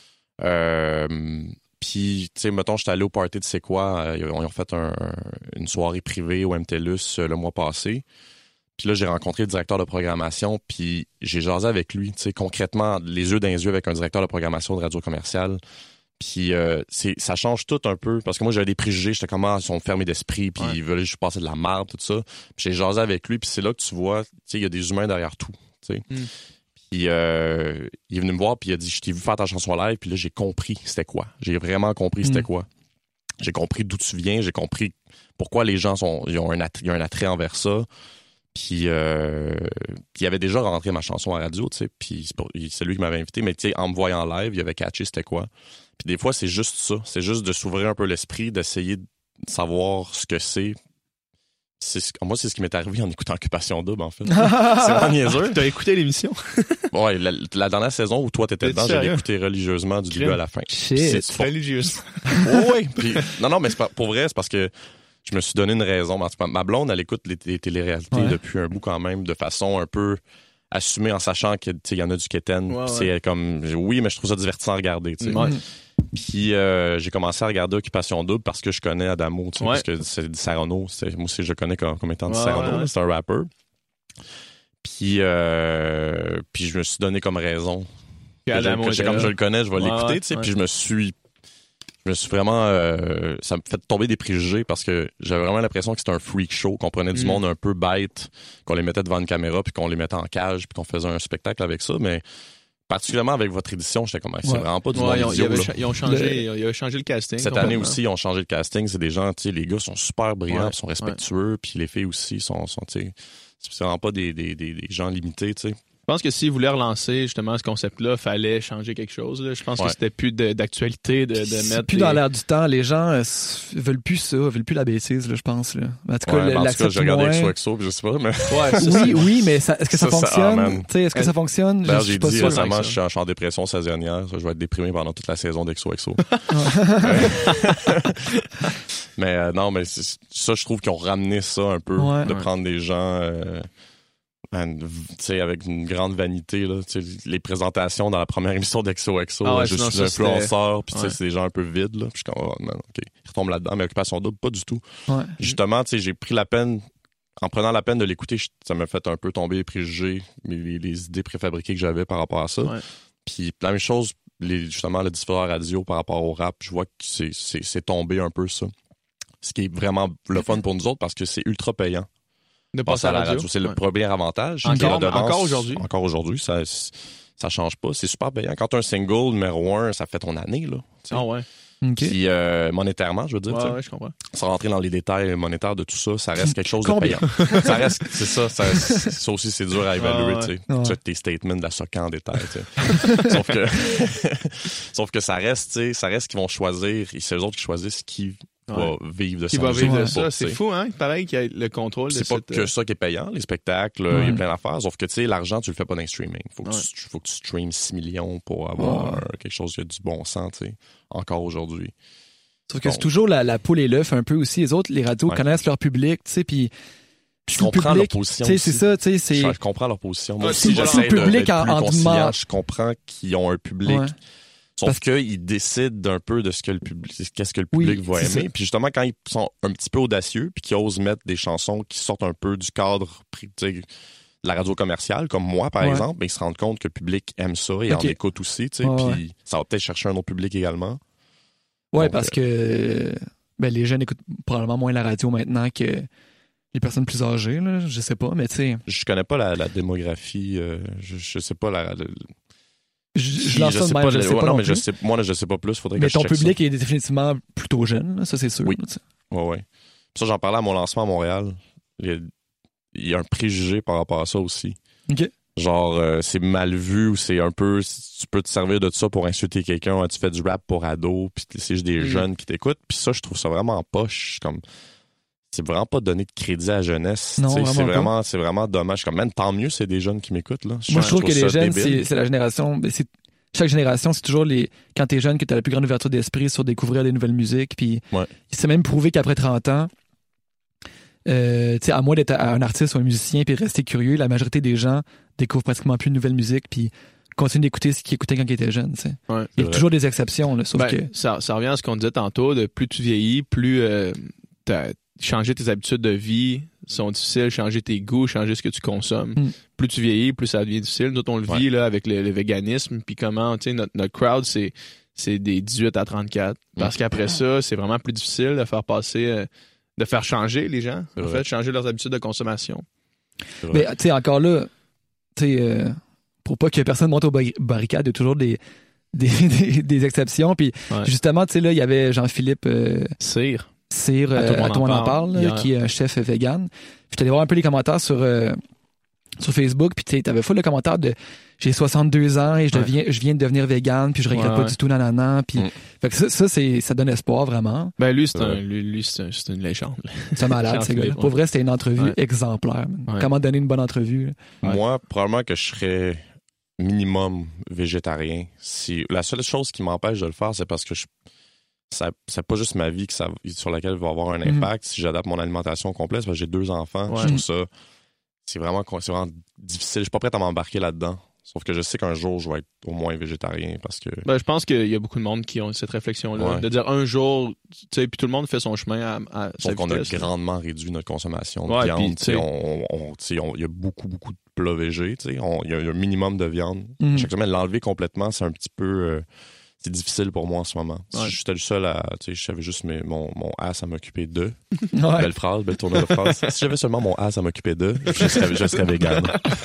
Puis, tu sais, mettons, j'étais allé au party de C'est quoi, ils ont fait une soirée privée au MTLUS le mois passé. Puis là, j'ai rencontré le directeur de programmation, puis j'ai jasé avec lui, tu sais, concrètement, les yeux dans les yeux avec un directeur de programmation de radio commerciale. Puis ça change tout un peu, parce que moi, j'avais des préjugés, j'étais comme, ils sont fermés d'esprit, puis ils veulent juste passer de la merde, tout ça. Puis j'ai jasé avec lui, puis c'est là que tu vois, tu sais, il y a des humains derrière tout, tu sais. Puis il est venu me voir, puis il a dit, je t'ai vu faire ta chanson live, puis là, j'ai compris c'était quoi. J'ai vraiment compris c'était quoi. J'ai compris d'où tu viens, j'ai compris pourquoi les gens ils ont un attrait envers ça. Puis il avait déjà rentré ma chanson à la radio, tu sais, puis c'est lui qui m'avait invité, mais tu sais, en me voyant en live, il avait catché c'était quoi. Puis des fois, c'est juste ça, c'est juste de s'ouvrir un peu l'esprit, d'essayer de savoir ce que c'est. Moi, c'est ce qui m'est arrivé en écoutant Occupation Double, en fait. C'est vraiment niaiseux. T'as écouté l'émission? Ouais, la dernière saison où toi t'étais dedans, j'ai écouté religieusement du début à la fin. Shit. Religieuse. Oui, puis non, mais pour vrai, c'est parce que je me suis donné une raison. Ma blonde, elle écoute les téléréalités depuis un bout quand même, de façon un peu assumée, en sachant qu'il y en a du quétaine. C'est comme, oui, mais je trouve ça divertissant à regarder. Puis j'ai commencé à regarder Occupation Double parce que je connais Adamo, parce que c'est Di Sarno. Moi aussi, je le connais comme étant Di Sarno. C'est un rappeur. Puis je me suis donné comme raison. Comme je le connais, je vais l'écouter. Puis je me suis vraiment... ça me fait tomber des préjugés parce que j'avais vraiment l'impression que c'était un freak show, qu'on prenait du monde un peu bête, qu'on les mettait devant une caméra, puis qu'on les mettait en cage, puis qu'on faisait un spectacle avec ça, mais particulièrement avec votre édition, j'étais comme, c'est vraiment pas du monde idiot. Ils ont changé le casting. Cette année aussi, ils ont changé le casting. C'est des gens, tu sais, les gars sont super brillants, sont respectueux, puis les filles aussi sont tu sais, c'est vraiment pas des gens limités, tu sais. Je pense que s'ils voulaient relancer justement ce concept-là, fallait changer quelque chose. Là. Je pense que c'était plus d'actualité de c'est mettre. Plus dans l'air du temps. Les gens veulent plus ça, veulent plus la bêtise, là, je pense. Là. En tout cas, j'ai regardé XOXO, je sais pas, mais. Oui, mais est-ce que ça fonctionne? Est-ce que ça fonctionne? Là, j'ai dit récemment, je suis en dépression saisonnière. Je vais être déprimé pendant toute la saison d'XOXO. Mais non, mais ça, je trouve qu'ils ont ramené ça un peu, de prendre des gens. Avec une grande vanité, là, les présentations dans la première émission d'XOXO, je suis influenceur, puis c'est des gens un peu vides, là, puis je suis comme, ils retombent là-dedans, mais Occupation Double, pas du tout. Justement, j'ai pris la peine, en prenant la peine de l'écouter, ça m'a fait un peu tomber les préjugés, les idées préfabriquées que j'avais par rapport à ça. Puis la même chose, justement, le diffuseur radio par rapport au rap, je vois que c'est tombé un peu ça. Ce qui est vraiment le fun pour nous autres, parce que c'est ultra payant. De passer à la radio. C'est le premier avantage. Encore aujourd'hui. Encore aujourd'hui, ça change pas. C'est super payant. Quand tu as un single numéro 1, ça fait ton année, là. Ah ouais. Okay. Puis monétairement, je veux dire. Ouais, je comprends. Sans rentrer dans les détails monétaires de tout ça, ça reste quelque chose de payant. Ça reste, c'est ça. Ça aussi, c'est dur à évaluer, tu sais. Tu as tes statements de la SOCAN en détail, tu sais. Sauf que ça reste, tu sais, ça reste qu'ils vont choisir, et c'est eux autres qui choisissent qui va vivre de ça. Qui va vivre de ça. C'est fou, hein? Pareil qu'il y a le contrôle de c'est pas que ça qui est payant, les spectacles, il y a plein d'affaires. Sauf que, tu sais, l'argent, tu le fais pas dans le streaming. Faut que tu streames 6 millions pour avoir quelque chose qui a du bon sens, tu sais, encore aujourd'hui. Sauf que c'est toujours la poule et l'œuf un peu aussi. Les autres, les radios connaissent leur public, tu sais, puis je comprends leur position. C'est ça, tu sais. Je comprends leur position. Moi aussi, j'essaie public d'être plus en conciliant. Je comprends qu'ils ont un public Sauf qu'ils décident un peu de qu'est-ce que le public va aimer. Ça. Puis justement, quand ils sont un petit peu audacieux, puis qu'ils osent mettre des chansons qui sortent un peu du cadre de la radio commerciale, comme moi, par exemple, ben, ils se rendent compte que le public aime ça et en écoute aussi. Puis ça va peut-être chercher un autre public également. Oui, parce que les jeunes écoutent probablement moins la radio maintenant que les personnes plus âgées. Là, je sais pas, mais tu sais... Je connais pas la démographie. Je sais pas la... Je lance ça de même, je sais pas non plus. Moi, je sais pas plus. Faudrait mais que je ton check public ça. est définitivement plutôt jeune, là, ça c'est sûr. Oui. Oui. Ça, j'en parlais à mon lancement à Montréal. Il y a un préjugé par rapport à ça aussi. OK. Genre, c'est mal vu ou c'est un peu... Tu peux te servir de ça pour insulter quelqu'un. Tu fais du rap pour ados, puis c'est juste des jeunes qui t'écoutent. Puis ça, je trouve ça vraiment poche. Comme... C'est vraiment pas donner de crédit à la jeunesse. Non, c'est vraiment dommage. Comme, même tant mieux, c'est des jeunes qui m'écoutent. Là. Moi, je trouve que les jeunes, c'est la génération... Chaque génération, c'est toujours quand t'es jeune que t'as la plus grande ouverture d'esprit sur découvrir des nouvelles musiques. Puis c'est même prouvé qu'après 30 ans, à moins d'être un artiste ou un musicien puis de rester curieux, la majorité des gens découvrent pratiquement plus de nouvelles musiques puis continuent d'écouter ce qu'ils écoutaient quand ils étaient jeunes. Ouais, il y a toujours des exceptions, là, sauf que... Ça revient à ce qu'on disait tantôt, de plus tu vieillis, plus changer tes habitudes de vie sont difficiles, changer tes goûts, changer ce que tu consommes. Plus tu vieillis, plus ça devient difficile. Nous, on le vit là, avec le véganisme, puis comment, tu sais, notre crowd, c'est des 18 à 34. Parce qu'après ça, c'est vraiment plus difficile de faire passer... de faire changer les gens, en fait, changer leurs habitudes de consommation. Mais, tu sais, encore là, tu sais, pour pas que personne monte aux barricades, il y a toujours des exceptions. Puis, justement, tu sais, là, il y avait Jean-Philippe Cyr, à tout le monde en parle, qui est un chef vegan. Je suis allé voir un peu les commentaires sur Facebook, puis tu sais, t'avais full de commentaires de j'ai 62 ans et je viens de devenir vegan, puis je regrette pas du tout nanana, puis fait que ça donne espoir vraiment. Ben lui c'est une légende. C'est malade ce gars-là. Pour vrai, c'était une entrevue exemplaire. Comment donner une bonne entrevue? Moi, probablement que je serais minimum végétarien. Si la seule chose qui m'empêche de le faire, c'est parce que c'est pas juste ma vie sur laquelle il va avoir un impact si j'adapte mon alimentation complète, parce que j'ai 2 enfants. Je trouve ça c'est vraiment difficile. Je suis pas prêt à m'embarquer là-dedans. Sauf que je sais qu'un jour, je vais être au moins végétarien parce que... Ben, je pense qu'il y a beaucoup de monde qui ont cette réflexion-là. De dire un jour, tu sais, puis tout le monde fait son chemin à sa vitesse. Donc, on a grandement réduit notre consommation de viande. Il y a beaucoup, beaucoup de plats végés. Il y a un minimum de viande. Chaque semaine, l'enlever complètement, c'est un petit peu... c'est difficile pour moi en ce moment. Si j'étais le seul j'avais juste mon as à m'occuper d'eux. Belle phrase, belle tournure de phrase. Si j'avais seulement mon as à m'occuper d'eux, je serais vegan.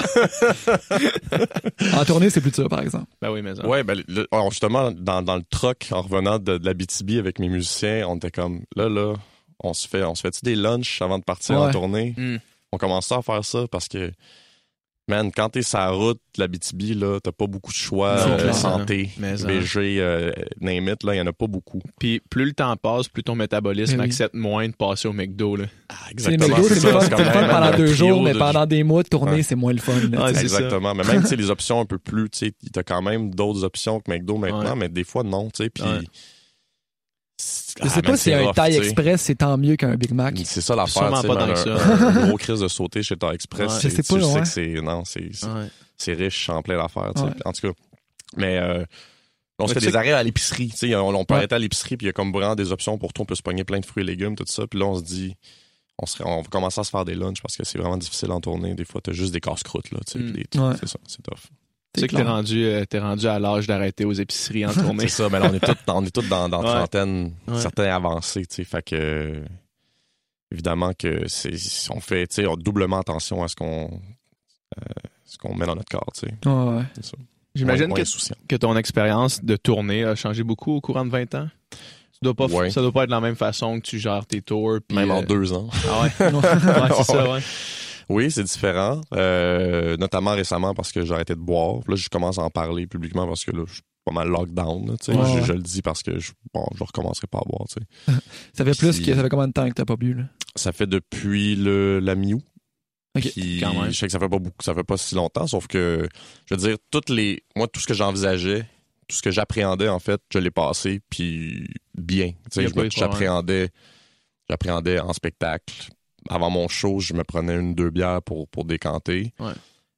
En tournée, c'est plus dur, par exemple. Ben oui, mais ça. Ouais, justement, dans le truck, en revenant de l'Abitibi avec mes musiciens, on était comme, là, on se fait-tu des lunchs avant de partir en tournée? On commence à faire ça parce que man, quand t'es sur la route de l'Abitibi, là, t'as pas beaucoup de choix. Santé, VG, name it, là, il y en a pas beaucoup. Puis plus le temps passe, plus ton métabolisme accepte moins de passer au McDo, là. Exactement. Le McDo, c'est le fun pendant 2 jours, mais pendant des mois de tournée, c'est moins le fun. Là, exactement. Mais même, les options un peu plus, tu sais, t'as quand même d'autres options que McDo maintenant, mais des fois, non, tu sais, puis... Je sais pas si un Thai Express, c'est tant mieux qu'un Big Mac. C'est ça l'affaire, tu sais, un gros crise de sauté chez Thai Express. Je sais pas, c'est riche en plein d'affaires, tu sais. En tout cas, mais on se fait des arrêts à l'épicerie, tu sais, on peut arrêter à l'épicerie, puis il y a comme vraiment des options pour tout, on peut se pogner plein de fruits et légumes, tout ça, puis là, on se dit, on va commencer à se faire des lunchs parce que c'est vraiment difficile en tournée. Des fois, t'as juste des casse-croûtes, là, tu sais, c'est ça, c'est tough. Tu sais que t'es rendu à l'âge d'arrêter aux épiceries en tournée. C'est ça, mais là, on est tous dans trentaine, certains avancés, tu sais, fait que évidemment que on fait, tu sais, doublement attention à ce qu'on met dans notre corps, tu sais. C'est ça. J'imagine que ton expérience de tournée a changé beaucoup au courant de 20 ans. Ça doit pas être de la même façon que tu gères tes tours. Même en 2 ans. Ah ouais? C'est ça, ouais. Oui, c'est différent, notamment récemment parce que j'ai arrêté de boire. Là, je commence à en parler publiquement parce que là, je suis pas mal lockdown. Là, je le dis parce que je recommencerai pas à boire. T'sais. Ça fait combien de temps que t'as pas bu? Là? Ça fait depuis la mi-août. Okay. Je sais que ça fait pas beaucoup, ça fait pas si longtemps, sauf que je veux dire, moi, tout ce que j'envisageais, tout ce que j'appréhendais, en fait, je l'ai passé, puis bien. J'appréhendais en spectacle. Avant mon show, je me prenais 1-2 bières pour décanter. Ouais.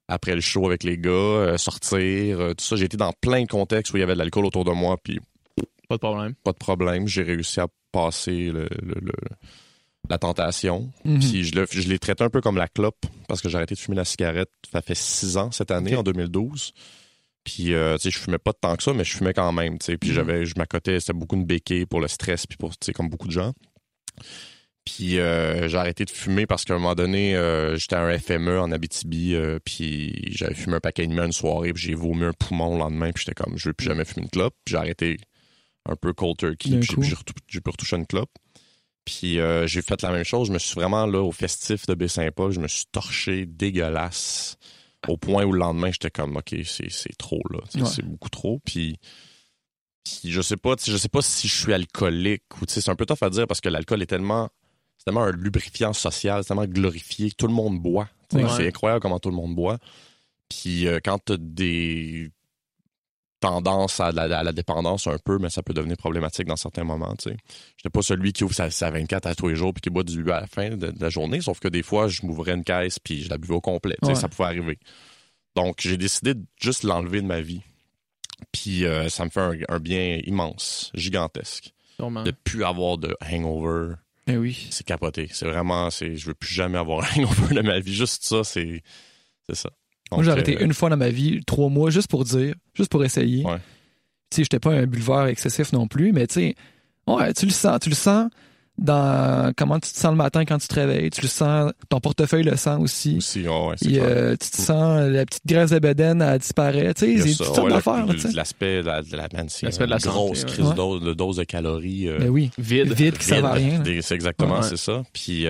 après le show avec les gars, sortir, tout ça. J'ai été dans plein de contextes où il y avait de l'alcool autour de moi, puis Pas de problème. pas de problème. J'ai réussi à passer la tentation. Mhm. Puis je l'ai traité un peu comme la clope, parce que j'ai arrêté de fumer la cigarette. Ça fait 6 ans cette année, en 2012. Puis, tu sais, je fumais pas tant que ça, mais je fumais quand même, tu sais. Puis je m'accotais, c'était beaucoup une béquille pour le stress, puis pour, tu sais, comme beaucoup de gens. Puis j'ai arrêté de fumer parce qu'à un moment donné, j'étais à un FME en Abitibi, puis j'avais fumé un paquet et demi une soirée, puis j'ai vomi un poumon le lendemain, puis j'étais comme, je veux plus jamais fumer une clope. Puis j'ai arrêté un peu cold turkey, puis j'ai pu retoucher une clope. Puis j'ai fait la même chose, je me suis vraiment, là, au festif de Baie-Saint-Paul, je me suis torché dégueulasse, au point où le lendemain, j'étais comme, OK, c'est trop, là, c'est beaucoup trop, puis je sais pas si je suis alcoolique, ou tu sais, c'est un peu tough à dire, parce que l'alcool c'est tellement un lubrifiant social, c'est tellement glorifié, tout le monde boit, c'est incroyable comment tout le monde boit, puis quand t'as des tendance à la dépendance un peu, mais ça peut devenir problématique dans certains moments, tu sais. J'étais pas celui qui ouvre sa 24 à tous les jours puis qui boit du début à la fin de la journée, sauf que des fois, je m'ouvrais une caisse puis je la buvais au complet, tu sais, ça pouvait arriver. Donc, j'ai décidé de juste l'enlever de ma vie. Puis ça me fait un bien immense, gigantesque. Sûrement. De plus avoir de hangover. Ben oui. C'est capoté. C'est vraiment, je veux plus jamais avoir un hangover de ma vie. Juste ça, c'est ça. Donc, moi, j'ai arrêté une fois dans ma vie, 3 mois, juste pour essayer. Ouais. Tu sais, j'étais pas un buveur excessif non plus, mais tu sais, ouais, tu le sens dans comment tu te sens le matin quand tu te réveilles. Tu le sens, ton portefeuille le sent aussi. Aussi, ouais, c'est clair. Tu te sens, la petite graisse de bedaine, elle disparaît. Tu sais, c'est toutes sortes d'affaires. L'aspect de la grosse crise de dose de calories. Ben oui. Vide qui ne sert à rien. C'est exactement, c'est ça. Puis,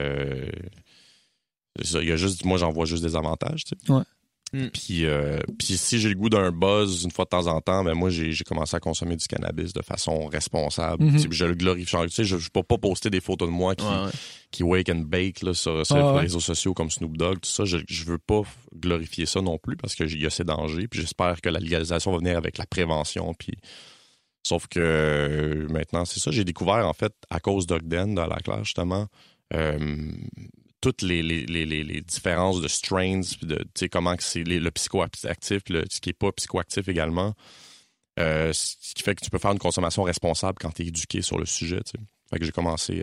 il y a juste, moi, j'en vois juste des avantages, tu sais. Ouais. Puis si j'ai le goût d'un buzz une fois de temps en temps, ben moi j'ai commencé à consommer du cannabis de façon responsable. Je le glorifie. Tu sais, je peux pas poster des photos de moi qui wake and bake là, sur les réseaux sociaux comme Snoop Dogg, tout ça. Je veux pas glorifier ça non plus parce qu'il y a ces dangers. Puis j'espère que la légalisation va venir avec la prévention. Puis sauf que maintenant c'est ça. J'ai découvert en fait à cause d'Ogden dans la classe justement. Toutes les différences de strains, puis de comment c'est le psychoactif, puis ce qui n'est pas psychoactif également. Ce qui fait que tu peux faire une consommation responsable quand tu es éduqué sur le sujet. T'sais. Fait que j'ai commencé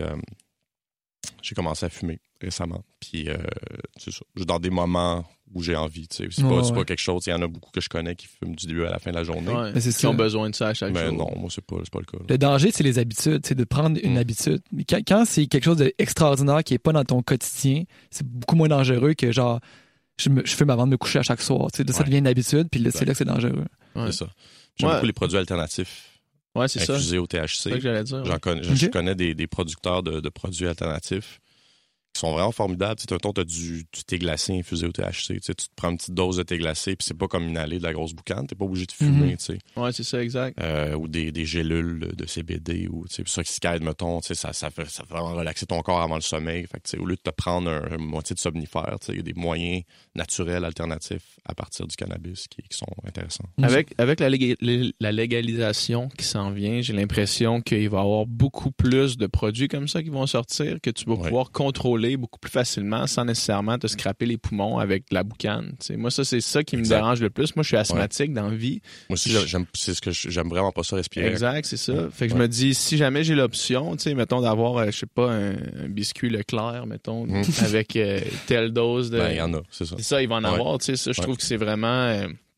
à fumer récemment. Puis c'est ça. Dans des moments où j'ai envie. C'est pas quelque chose. Il y en a beaucoup que je connais qui fument du début à la fin de la journée. Ouais, mais qui ont besoin de ça à chaque jour. Mais non, moi, c'est pas le cas. Là. Le danger, c'est les habitudes. C'est de prendre une habitude. Mais quand c'est quelque chose d'extraordinaire qui n'est pas dans ton quotidien, c'est beaucoup moins dangereux que genre je fume avant de me coucher à chaque soir. Là, ça devient une habitude, puis là, c'est là que c'est dangereux. Ouais. C'est ça. J'aime beaucoup les produits alternatifs. Ouais, c'est ça. Infusés au THC. C'est ça que j'allais dire. Je connais des producteurs de produits alternatifs qui sont vraiment formidables. Tu as du thé glacé infusé au THC. Tu te prends une petite dose de thé glacé, puis c'est pas comme inhaler de la grosse boucane. T'es pas obligé de fumer. Ouais, c'est ça, exact. Ou des gélules de CBD. Ou ça qui se mettons, ça fait vraiment relaxer ton corps avant le sommeil. Fait que, au lieu de te prendre une moitié de somnifère, il y a des moyens naturels alternatifs à partir du cannabis qui sont intéressants. Avec la légalisation qui s'en vient, j'ai l'impression qu'il va y avoir beaucoup plus de produits comme ça qui vont sortir, que tu vas pouvoir contrôler beaucoup plus facilement sans nécessairement te scraper les poumons avec de la boucane. T'sais. Moi, ça, c'est ça qui me dérange le plus. Moi, je suis asthmatique dans la vie. Moi aussi, j'aime vraiment pas ça respirer. Exact, c'est ça. Fait que je me dis, si jamais j'ai l'option, mettons, d'avoir, je sais pas, un biscuit Leclerc, mettons, avec telle dose de... Ben, il y en a, c'est ça. C'est ça, il va en avoir, tu sais. Ça, je trouve que c'est vraiment...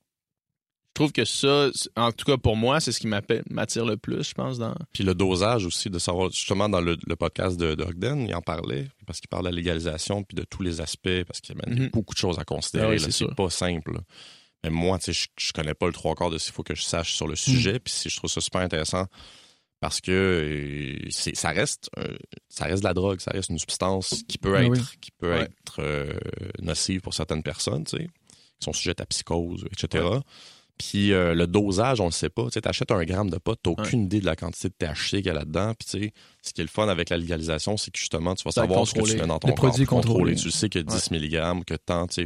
Je trouve que ça, en tout cas pour moi, c'est ce qui m'attire le plus, je pense. Puis le dosage aussi, de savoir, justement, dans le podcast de Ogden, il en parlait, parce qu'il parle de la légalisation, puis de tous les aspects, parce qu'il y a beaucoup de choses à considérer. C'est pas simple. Là. Mais moi, tu sais, je connais pas le 3/4 de ce qu'il faut que je sache sur le sujet, puis je trouve ça super intéressant, parce que ça reste de la drogue, ça reste une substance qui peut être nocive pour certaines personnes, tu sais, qui sont sujettes à psychose, etc. Ouais. Puis le dosage, on le sait pas. Tu achètes 1 gramme de pot, tu n'as aucune idée de la quantité de THC qu'il y a là-dedans. Puis tu sais, ce qui est le fun avec la légalisation, c'est que justement, tu vas savoir ce que tu mets dans ton corps. Produits contrôlés. Tu sais qu'il y a 10 mg, que tant, tu sais.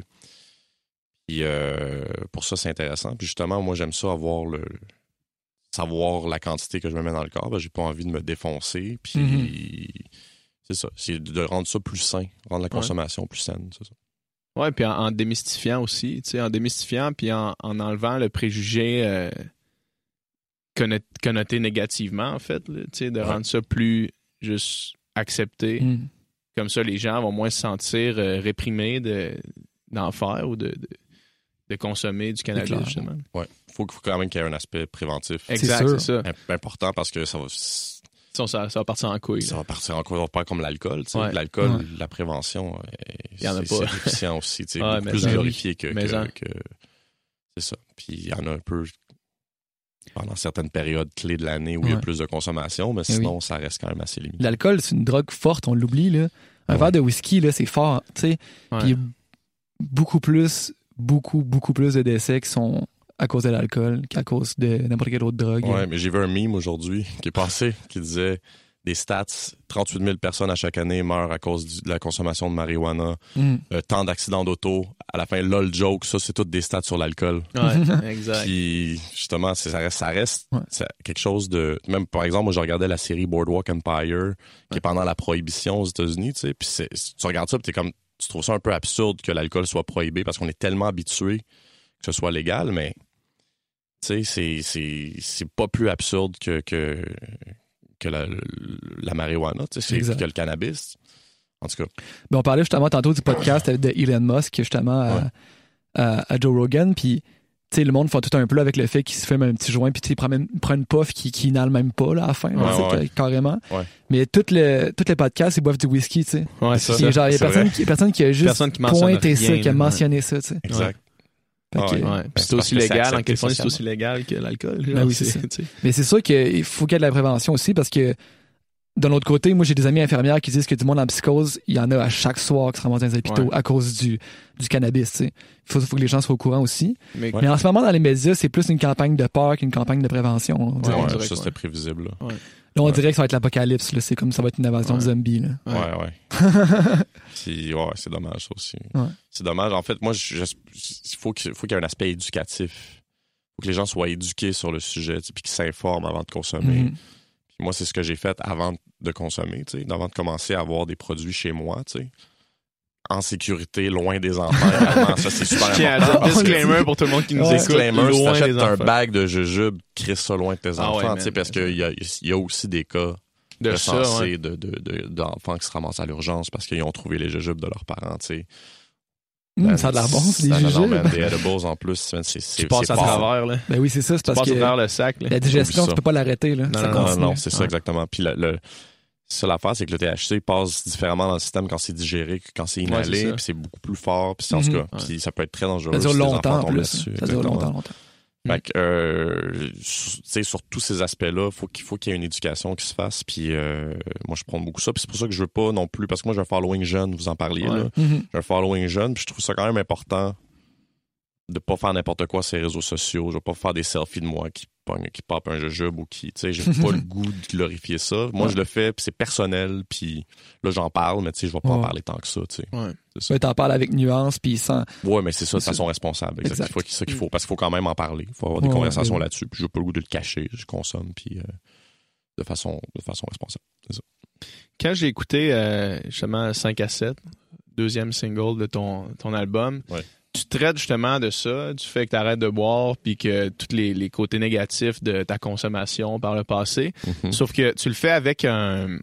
Puis pour ça, c'est intéressant. Puis justement, moi, j'aime ça savoir la quantité que je me mets dans le corps. Ben, j'ai pas envie de me défoncer. Puis c'est ça. C'est de rendre ça plus sain, rendre la consommation plus saine, c'est ça. Ouais, puis en démystifiant aussi, tu sais, en démystifiant puis en enlevant le préjugé connoté négativement, en fait, tu sais, de rendre ça plus juste accepté. Comme ça, les gens vont moins se sentir réprimés d'en faire ou de consommer du cannabis, justement. Ouais. Faut quand même qu'il y ait un aspect préventif. Exact, c'est ça. Important parce que ça va... Ça va partir en couille. Ça va partir en couille, pas comme l'alcool. L'alcool, la prévention, c'est déficient aussi. Beaucoup plus glorifié que c'est ça. Puis il y en a un peu pendant certaines périodes clés de l'année où il y a plus de consommation, mais sinon, ça reste quand même assez limité. L'alcool, c'est une drogue forte, on l'oublie. Là. Un verre de whisky, là, c'est fort. Puis il y a beaucoup plus de décès qui sont à cause de l'alcool qu'à cause de n'importe quelle autre drogue. Ouais, mais j'ai vu un meme aujourd'hui qui est passé qui disait des stats, 38 000 personnes à chaque année meurent à cause de la consommation de marijuana, tant d'accidents d'auto. À la fin, lol joke, ça, c'est toutes des stats sur l'alcool. Ouais, exact. Puis, justement, ça reste quelque chose de... Même, par exemple, moi, je regardais la série Boardwalk Empire, qui est pendant la prohibition aux États-Unis, tu sais, puis tu regardes ça, puis tu trouves ça un peu absurde que l'alcool soit prohibé parce qu'on est tellement habitué que ce soit légal, mais tu sais, c'est pas plus absurde que la marijuana, tu sais, que le cannabis. En tout cas. Ben, on parlait justement tantôt du podcast de Elon Musk, justement, à Joe Rogan, puis tu sais, le monde fait tout un peu avec le fait qu'il se fume un petit joint, puis il prend une puff qui inhale même pas là, à la fin, carrément. Ouais. Mais tout le podcast, ils boivent du whisky, tu sais. Ouais, c'est ça. Genre, il y a personne qui a juste pointé ça, qui a mentionné ça, tu sais. Exact. C'est aussi légal, en quelque sorte, c'est aussi légal que l'alcool. Oui, c'est ça. Mais c'est sûr qu'il faut qu'il y ait de la prévention aussi, parce que d'un autre côté, moi j'ai des amis infirmières qui disent que du monde en psychose, il y en a à chaque soir qui se ramassent dans les hôpitaux à cause du cannabis. Tu sais. Faut que les gens soient au courant aussi. Mais en ce moment, dans les médias, c'est plus une campagne de peur qu'une campagne de prévention. Ça c'était prévisible. Là, on dirait que ça va être l'apocalypse. Là. C'est comme ça va être une invasion de zombies. Là. C'est dommage, ça aussi. C'est dommage. En fait, moi, il faut qu'il y ait un aspect éducatif. Il faut que les gens soient éduqués sur le sujet, puis qu'ils s'informent avant de consommer. Puis moi, c'est ce que j'ai fait avant de consommer, avant de commencer à avoir des produits chez moi, en sécurité, loin des enfants. Également, ça, c'est super important. Disclaimer pour tout le monde qui nous écoute. Disclaimer, si t'achètes un bag de jujube, crisse ça loin de tes enfants, parce qu'il y a aussi des cas recensés d'enfants qui se ramassent à l'urgence parce qu'ils ont trouvé les jujubes de leurs parents, tu sais. Ça a de l'air bon, c'est des jujubes. Des edibles en plus, c'est tu passes à travers, là. Ben oui, c'est ça, c'est parce que... Tu passes à travers le sac, là. La digestion, tu peux pas l'arrêter, là. Non, c'est ça, exactement. Puis ça, l'affaire, c'est que le THC passe différemment dans le système quand c'est digéré que quand c'est inhalé, puis c'est beaucoup plus fort, puis en tout cas, puis ça peut être très dangereux. Ça dure si longtemps, en plus. Ça dure longtemps. Fait que, tu sais, sur tous ces aspects-là, faut qu'il y ait une éducation qui se fasse, puis moi, je prends beaucoup ça, puis c'est pour ça que je veux pas non plus, parce que moi, j'ai un following jeune, vous en parliez, là. J'ai un following jeune, puis je trouve ça quand même important de pas faire n'importe quoi sur les réseaux sociaux. Je vais pas faire des selfies de moi qui pop un jujube ou qui, tu sais, j'ai pas le goût de glorifier ça. Moi, je le fais, puis c'est personnel, puis là, j'en parle, mais tu sais, je vais pas en parler tant que ça, tu sais. C'est ça. T'en parles avec nuance, puis sans... Ouais, mais c'est ça, de façon responsable. Exact. C'est ça qu'il faut, parce qu'il faut quand même en parler. Il faut avoir des conversations là-dessus, puis j'ai pas le goût de le cacher. Je consomme, puis de façon responsable. C'est ça. Quand j'ai écouté, justement, 5 à 7, deuxième single de ton album, tu traites justement de ça, du fait que tu arrêtes de boire puis que tous les côtés négatifs de ta consommation par le passé. Sauf que tu le fais avec un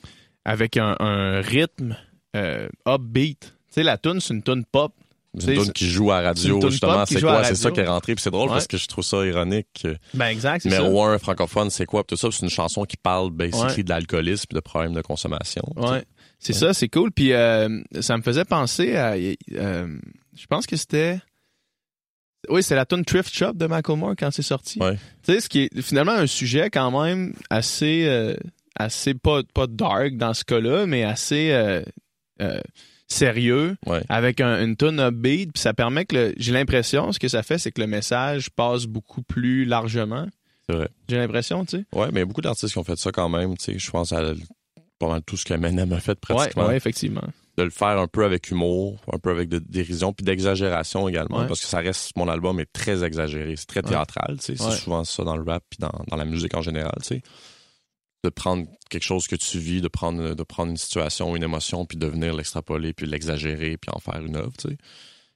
rythme upbeat. Tu sais, la tune, c'est une tune pop. C'est une tune qui joue à la radio, justement. C'est quoi? C'est ça qui est rentré. Puis c'est drôle parce que je trouve ça ironique. Ben exact, c'est numéro 1 francophone, c'est quoi? Puis tout ça, c'est une chanson qui parle basically de l'alcoolisme et de problèmes de consommation. Ouais. C'est ça, c'est cool. Puis ça me faisait penser à... je pense que c'était... Oui, c'est la tune Thrift Shop de Macklemore quand c'est sorti. Tu sais, ce qui est finalement un sujet quand même assez pas dark dans ce cas-là, mais assez sérieux, avec une tune upbeat. Puis ça permet que j'ai l'impression, ce que ça fait, c'est que le message passe beaucoup plus largement. C'est vrai. J'ai l'impression, tu sais. Ouais, mais il y a beaucoup d'artistes qui ont fait ça quand même. Tu sais, je pense à pas mal tout ce que Eminem a fait pratiquement. Ouais, effectivement. De le faire un peu avec humour, un peu avec de dérision, puis d'exagération également, parce que ça reste, mon album est très exagéré, c'est très théâtral, tu sais, c'est souvent ça dans le rap puis dans la musique en général, tu sais. de prendre quelque chose que tu vis, de prendre une situation ou une émotion, puis de venir l'extrapoler, puis l'exagérer, puis en faire une œuvre, tu sais.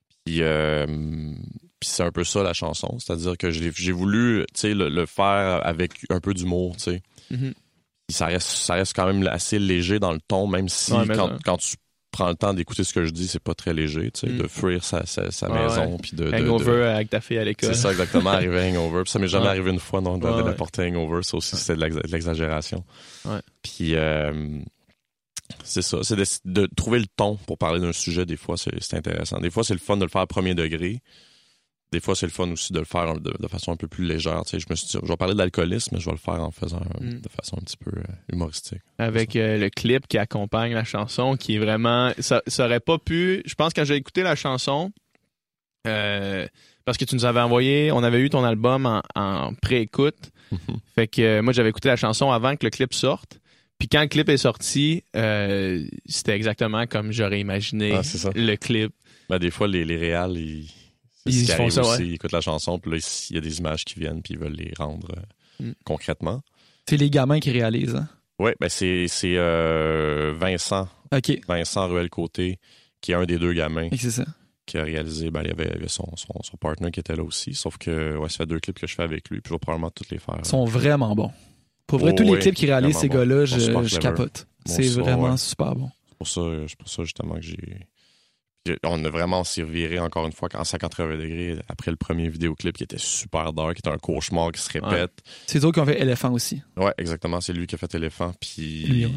Puis c'est un peu ça, la chanson. C'est-à-dire que j'ai voulu, tu sais, le faire avec un peu d'humour, tu sais. Mm-hmm. Ça reste quand même assez léger dans le ton, même si quand tu prends le temps d'écouter ce que je dis, c'est pas très léger, tu sais, de fuir sa maison, puis de hangover avec ta fille à l'école. C'est ça, exactement, arriver hangover. Puis ça m'est jamais arrivé une fois, non, d'apporter hangover. Ça aussi, c'était de l'exagération. Ouais. Puis c'est ça, c'est de trouver le ton pour parler d'un sujet. Des fois, c'est intéressant. Des fois, c'est le fun de le faire premier degré. Des fois, c'est le fun aussi de le faire de façon un peu plus légère. Tu sais, je me suis dit, je vais parler d'alcoolisme, mais je vais le faire en faisant de façon un petit peu humoristique. Avec le clip qui accompagne la chanson, qui est vraiment... Ça aurait pas pu... Je pense que quand j'ai écouté la chanson, parce que tu nous avais envoyé... On avait eu ton album en pré-écoute. Fait que moi, j'avais écouté la chanson avant que le clip sorte. Puis quand le clip est sorti, c'était exactement comme j'aurais imaginé le clip. Ben, des fois, les réals, ils font ça, aussi, ils écoutent la chanson, puis là, il y a des images qui viennent, puis ils veulent les rendre concrètement. C'est les gamins qui réalisent, hein? Oui, ben c'est Vincent. Okay. Vincent Ruel-Côté, qui est un des deux gamins. C'est ça. Qui a réalisé, ben, il y avait son partner qui était là aussi, sauf que ça fait 2 clips que je fais avec lui, puis je vais probablement tous les faire. Ils sont vraiment bons. Pour vrai, tous les clips qu'ils réalisent, ces gars-là, je capote. C'est vraiment super bon. C'est pour ça justement que on a vraiment s'y reviré encore une fois en 180 degrés après le premier vidéoclip qui était super dark, qui était un cauchemar qui se répète. Ouais. C'est eux autres qui ont fait Éléphant aussi. Ouais, exactement. C'est lui qui a fait Éléphant. Puis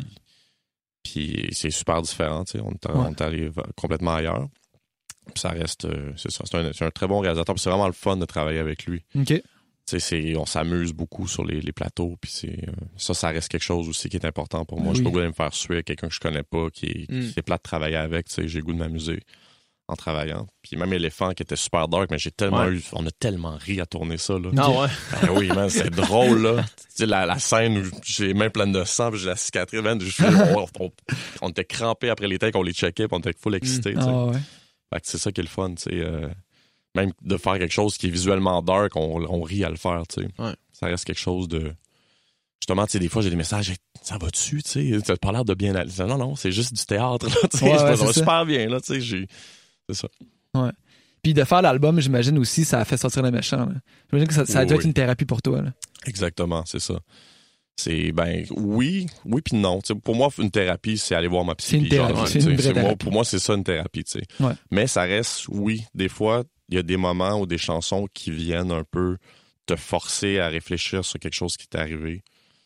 c'est super différent. Tu sais, on est allé complètement ailleurs. Puis ça reste... c'est ça. C'est un très bon réalisateur. Puis c'est vraiment le fun de travailler avec lui. OK. On s'amuse beaucoup sur les plateaux, puis ça reste quelque chose aussi qui est important pour moi. Je peux pas me faire suer à quelqu'un que je connais pas, qui est plat de travailler avec, j'ai le goût de m'amuser en travaillant. Puis même Éléphant qui était super dark, mais on a tellement ri à tourner ça, là. Ah ouais? Ben oui, man, c'est drôle, là. La scène où j'ai les mains pleines de sang, puis j'ai la cicatrice, man, on était crampés après les takes, on les checkait, puis on était full excités, Fait que c'est ça qui est le fun, tu sais. Même de faire quelque chose qui est visuellement dark, on rit à le faire, tu sais. Ouais. Ça reste quelque chose de... Justement, tu sais, des fois, j'ai des messages, ça va-tu, tu sais? T'as pas l'air de bien aller. Non, c'est juste du théâtre, là, tu sais. Ça va super bien, là, tu sais. C'est ça. Ouais. Puis de faire l'album, j'imagine aussi, ça a fait sortir le méchant, là. J'imagine que ça a dû être une thérapie pour toi, là. Exactement, c'est ça. C'est, oui puis non. T'sais, pour moi, une thérapie, c'est aller voir ma psy. C'est une thérapie, c'est une vraie thérapie. Pour moi, c'est ça, une thérapie, tu sais. Ouais. Mais ça reste, des fois... Il y a des moments ou des chansons qui viennent un peu te forcer à réfléchir sur quelque chose qui t'est arrivé.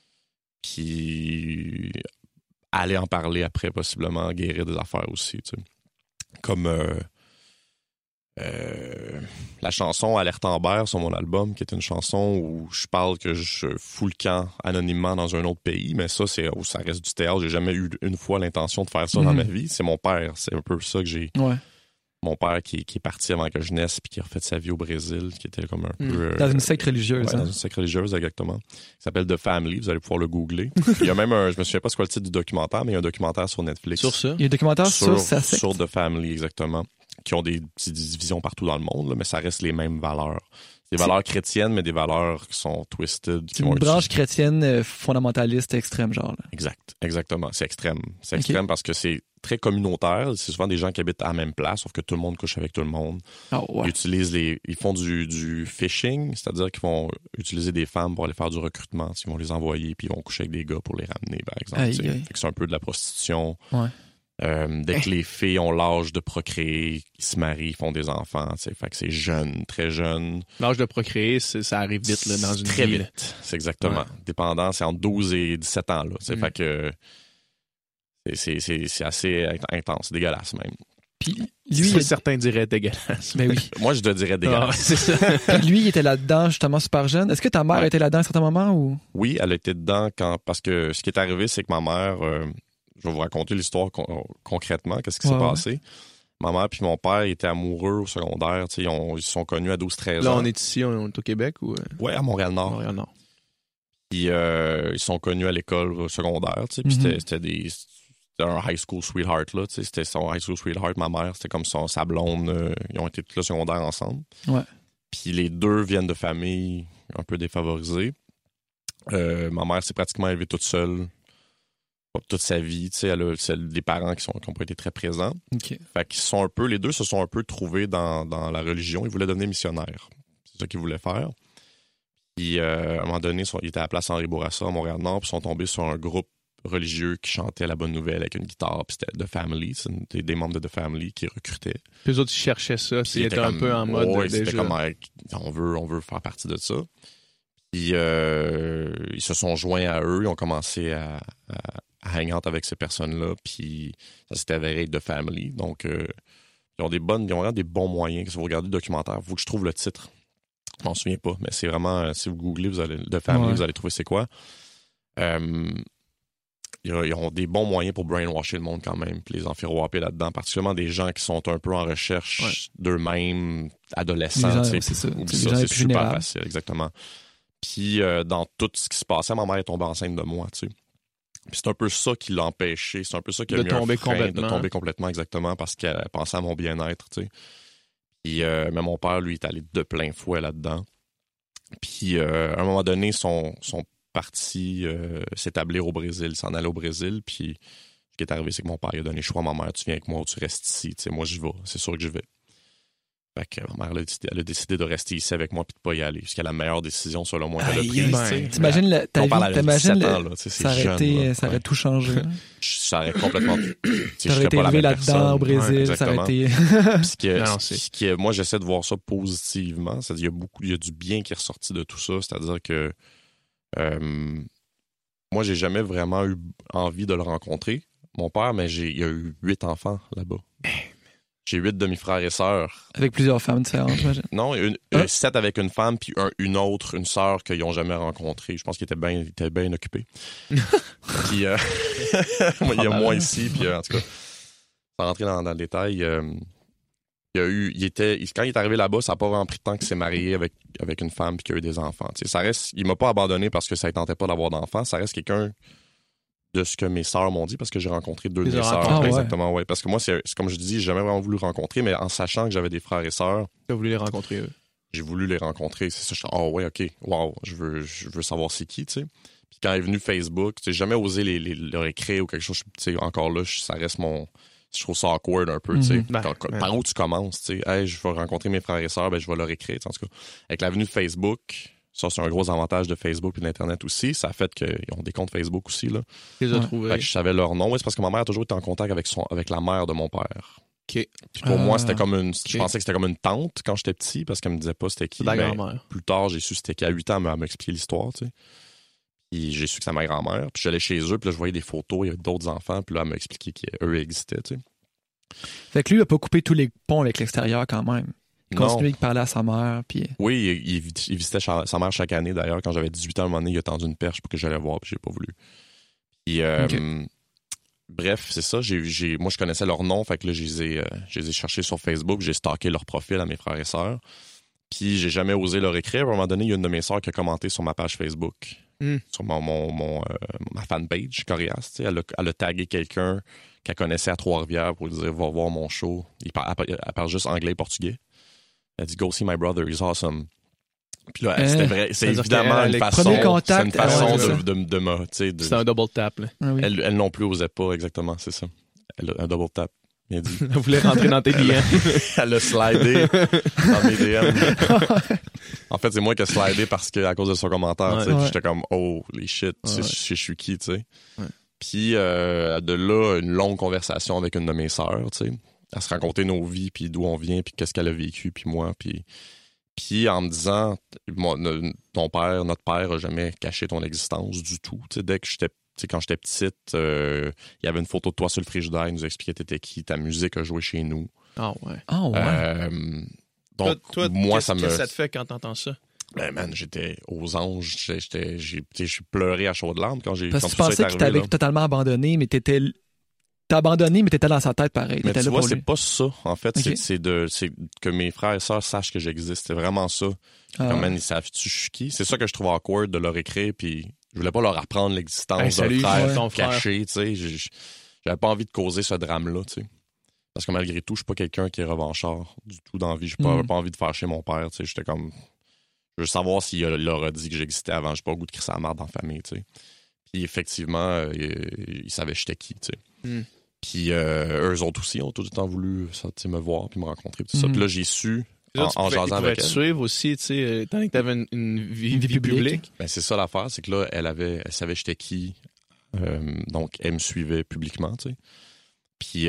Puis aller en parler après, possiblement, guérir des affaires aussi. Tu sais. Comme la chanson Alerte Amber sur mon album, qui est une chanson où je parle que je fous le camp anonymement dans un autre pays. Mais ça, c'est où ça reste du théâtre. J'ai jamais eu une fois l'intention de faire ça dans ma vie. C'est mon père. C'est un peu ça que j'ai... Ouais. Mon père qui est parti avant que je naisse puis qui a refait sa vie au Brésil, qui était comme un peu... Dans une secte religieuse. Dans une secte religieuse, exactement. Qui s'appelle The Family, vous allez pouvoir le googler. Il y a même je me souviens pas c'est quoi le titre du documentaire, mais il y a un documentaire sur Netflix. Sur ça? Il y a un documentaire sur sa secte? Sur The Family, exactement. Qui ont des divisions partout dans le monde, là, mais ça reste les mêmes valeurs. Des valeurs chrétiennes, mais des valeurs qui sont twisted. C'est une branche chrétienne fondamentaliste extrême, genre. Là. Exactement. C'est extrême. C'est extrême parce que c'est très communautaire. C'est souvent des gens qui habitent à la même place, sauf que tout le monde couche avec tout le monde. Oh, ouais. Ils font du phishing, c'est-à-dire qu'ils vont utiliser des femmes pour aller faire du recrutement. Ils vont les envoyer, puis ils vont coucher avec des gars pour les ramener, par exemple. Fait que c'est un peu de la prostitution. Ouais. Dès que les filles ont l'âge de procréer, ils se marient, ils font des enfants, fait que c'est jeune, très jeune. L'âge de procréer, ça arrive vite là, dans une très vie. Vite, c'est exactement. Ouais. Dépendant, c'est entre 12 et 17 ans là. Fait que c'est assez intense, dégueulasse même. Puis lui, certains diraient dégueulasse. Ben oui. Moi, je te dirais dégueulasse. C'est ça. Puis lui, il était là-dedans justement super jeune. Est-ce que ta mère était là-dedans à un certain moment ou? Oui, elle était dedans parce que ce qui est arrivé, c'est que ma mère. Je vais vous raconter l'histoire concrètement, qu'est-ce qui s'est passé. Ma mère puis mon père étaient amoureux au secondaire. Ils se sont connus à 12-13 ans. Là, on est ici, on est au Québec ou? Oui, à Montréal-Nord. Montréal-Nord. Puis ils se sont connus à l'école secondaire. Puis c'était un high school sweetheart. Là, c'était son high school sweetheart. Ma mère, c'était comme sa blonde. Ils ont été tous là secondaire ensemble. Ouais. Puis les deux viennent de familles un peu défavorisées. Ma mère s'est pratiquement élevée toute seule. Toute sa vie, tu sais, elle a des parents qui n'ont pas été très présents. Okay. Fait qu'ils les deux se sont un peu trouvés dans la religion. Ils voulaient devenir missionnaires. C'est ça qu'ils voulaient faire. Puis, à un moment donné, ils étaient à la place Henri Bourassa, à Montréal-Nord, puis ils sont tombés sur un groupe religieux qui chantait la bonne nouvelle avec une guitare, puis c'était The Family, c'est des membres de The Family qui recrutaient. Puis eux autres, ils cherchaient ça, ils étaient un peu en mode c'était déjà. Comme, on veut faire partie de ça. Puis, ils se sont joints à eux, ils ont commencé à hang out avec ces personnes-là, puis ça s'était avéré être The Family. Donc, ils ont vraiment des bons moyens. Si vous regardez le documentaire, il faut que je trouve le titre. Je m'en souviens pas, mais c'est vraiment, si vous googlez, The Family, vous allez trouver c'est quoi. Ils ont des bons moyens pour brainwasher le monde quand même, puis les enfiroiper là-dedans, particulièrement des gens qui sont un peu en recherche d'eux-mêmes, adolescents. C'est ça. C'est super facile, exactement. Puis dans tout ce qui se passait, ma mère est tombée enceinte de moi, tu sais. Puis c'est un peu ça qui l'a empêché, c'est un peu ça qui a mis un frein de tomber complètement, exactement, parce qu'elle pensait à mon bien-être, tu sais. Puis mais mon père, lui, est allé de plein fouet là-dedans. Puis à un moment donné, son parti s'établir au Brésil, il s'en allait au Brésil, puis ce qui est arrivé, c'est que mon père il a donné le choix à ma mère, tu viens avec moi ou tu restes ici, tu sais, moi j'y vais, c'est sûr que je vais. Fait que ma mère elle a décidé de rester ici avec moi puis de pas y aller, parce qu'elle a la meilleure décision selon moi qu'elle a prise. T'imagines ta vie, t'imagines ça aurait tout changé. Ça aurait complètement. T'aurais été élevé là-dedans au Brésil, ça aurait été. Moi, j'essaie de voir ça positivement. C'est-à-dire, il y a du bien qui est ressorti de tout ça. C'est-à-dire que moi, j'ai jamais vraiment eu envie de le rencontrer, mon père, mais il y a eu 8 enfants là-bas. J'ai 8 demi-frères et sœurs. Avec plusieurs femmes différentes, j'imagine. Non, 7 avec une femme, puis une sœur qu'ils n'ont jamais rencontrée. Je pense qu'ils étaient bien occupés. Puis, il y a moi ici, puis en tout cas, sans rentrer dans le détail, quand il est arrivé là-bas, ça n'a pas vraiment pris de temps qu'il s'est marié avec une femme puis qu'il a eu des enfants. Tu sais, ça reste, il m'a pas abandonné parce que ça ne tentait pas d'avoir d'enfants. Ça reste quelqu'un de ce que mes sœurs m'ont dit, parce que j'ai rencontré 2 de mes sœurs. Exactement, ouais. Parce que moi, c'est comme je dis, j'ai jamais vraiment voulu rencontrer, mais en sachant que j'avais des frères et sœurs. Tu as voulu les rencontrer, eux? J'ai voulu les rencontrer. C'est ça, je suis ouais, OK, wow, je veux savoir c'est qui, tu sais. Puis quand est venu Facebook, j'ai jamais osé leur écrire ou quelque chose, tu sais, encore là, ça reste je trouve ça awkward un peu, tu sais. Par où tu commences, tu sais. Hey, je vais rencontrer mes frères et sœurs, je vais leur écrire, en tout cas. Avec l'avenue de Facebook, ça, c'est un gros avantage de Facebook et d'Internet aussi. Ça a fait qu'ils ont des comptes Facebook aussi, là. Tu les as trouvés. Fait que je savais leur nom. C'est parce que ma mère a toujours été en contact avec la mère de mon père. OK. Puis pour moi, c'était comme je pensais que c'était comme une tante quand j'étais petit, parce qu'elle me disait pas c'était qui. La grand-mère. Plus tard, j'ai su c'était qui. À 8 ans, elle m'a expliqué l'histoire, tu sais. Puis j'ai su que c'était ma grand-mère. Puis j'allais chez eux, puis là, je voyais des photos, il y avait d'autres enfants, puis là, elle m'a expliqué qu'eux existaient, tu sais. Fait que lui, il a pas coupé tous les ponts avec l'extérieur quand même. Il continuait de parler à sa mère. Puis... Oui, il visitait sa mère chaque année. D'ailleurs, quand j'avais 18 ans, à un moment donné, il a tendu une perche pour que j'allais voir, puis j'ai pas voulu. Puis, bref, c'est ça. Moi, je connaissais leur nom, fait que là, je les ai cherchés sur Facebook. J'ai stalké leur profil à mes frères et sœurs. Puis, j'ai jamais osé leur écrire. À un moment donné, il y a une de mes sœurs qui a commenté sur ma page Facebook, sur ma fanpage, Corias. Elle a tagué quelqu'un qu'elle connaissait à Trois-Rivières pour lui dire « Va voir mon show ». Elle parle juste anglais et portugais. Elle dit « Go see my brother, he's awesome ». Puis là, c'était vrai. C'est évidemment une façon de me... C'est un double tap, là. Ah oui. Elle non plus osait pas, exactement, c'est ça. Un double tap. Bien dit. Elle voulait rentrer dans tes DM. Elle a slidé dans mes DM. En fait, c'est moi qui ai slidé à cause de son commentaire. J'étais comme « Oh, les shit, je suis qui, tu sais. Ouais. » Puis de là, une longue conversation avec une de mes sœurs, tu sais. À se raconter nos vies, puis d'où on vient, puis qu'est-ce qu'elle a vécu, puis moi, puis en me disant, notre père a jamais caché ton existence du tout. Tu sais, quand j'étais petite, il y avait une photo de toi sur le frigidaire, il nous expliquait t'étais qui, ta musique a joué chez nous. Ah ouais. Donc, toi, moi, qu'est-ce que ça te fait quand t'entends ça? Ben man, j'étais aux anges, j'ai pleuré à chaudes larmes quand j'ai Parce que tu pensais qu'il t'avait totalement abandonné, mais t'as abandonné, mais t'étais dans sa tête pareil. Mais tu vois, c'est pas ça. En fait, c'est que mes frères et sœurs sachent que j'existe. C'est vraiment ça. Quand même, ils savent-tu je suis qui. C'est ça que je trouve awkward de leur écrire, puis je voulais pas leur apprendre l'existence d'un frère caché, tu sais. J'avais pas envie de causer ce drame-là, tu sais. Parce que malgré tout, je suis pas quelqu'un qui est revanchard du tout dans la vie. J'ai pas envie de fâcher mon père, tu sais. J'étais comme... Je veux savoir s'il leur a dit que j'existais avant. J'ai pas le goût de crier sa merde dans la famille, tu sais. Puis effectivement, ils savaient j'étais qui, tu sais. Puis eux autres aussi ont tout le temps voulu me voir puis me rencontrer. Tout ça. Puis là, j'ai su, en jasant avec elle. Ils suivre aussi, tu sais, tant que t'avais une vie publique. Ben, c'est ça l'affaire, c'est que là, elle savait j'étais qui. Donc, elle me suivait publiquement, tu sais. Puis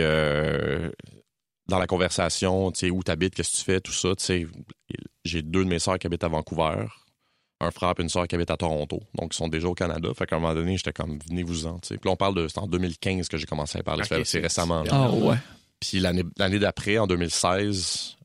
dans la conversation, tu sais, où t'habites, qu'est-ce que tu fais, tout ça, tu sais, j'ai 2 de mes sœurs qui habitent à Vancouver, un frère et une sœur qui habitent à Toronto. Donc, ils sont déjà au Canada. Fait qu'à un moment donné, j'étais comme, venez-vous-en, tu sais. Puis là, on parle c'est en 2015 que j'ai commencé à parler. Okay, c'est récemment. Là. Ah ouais. Puis l'année d'après, en 2016,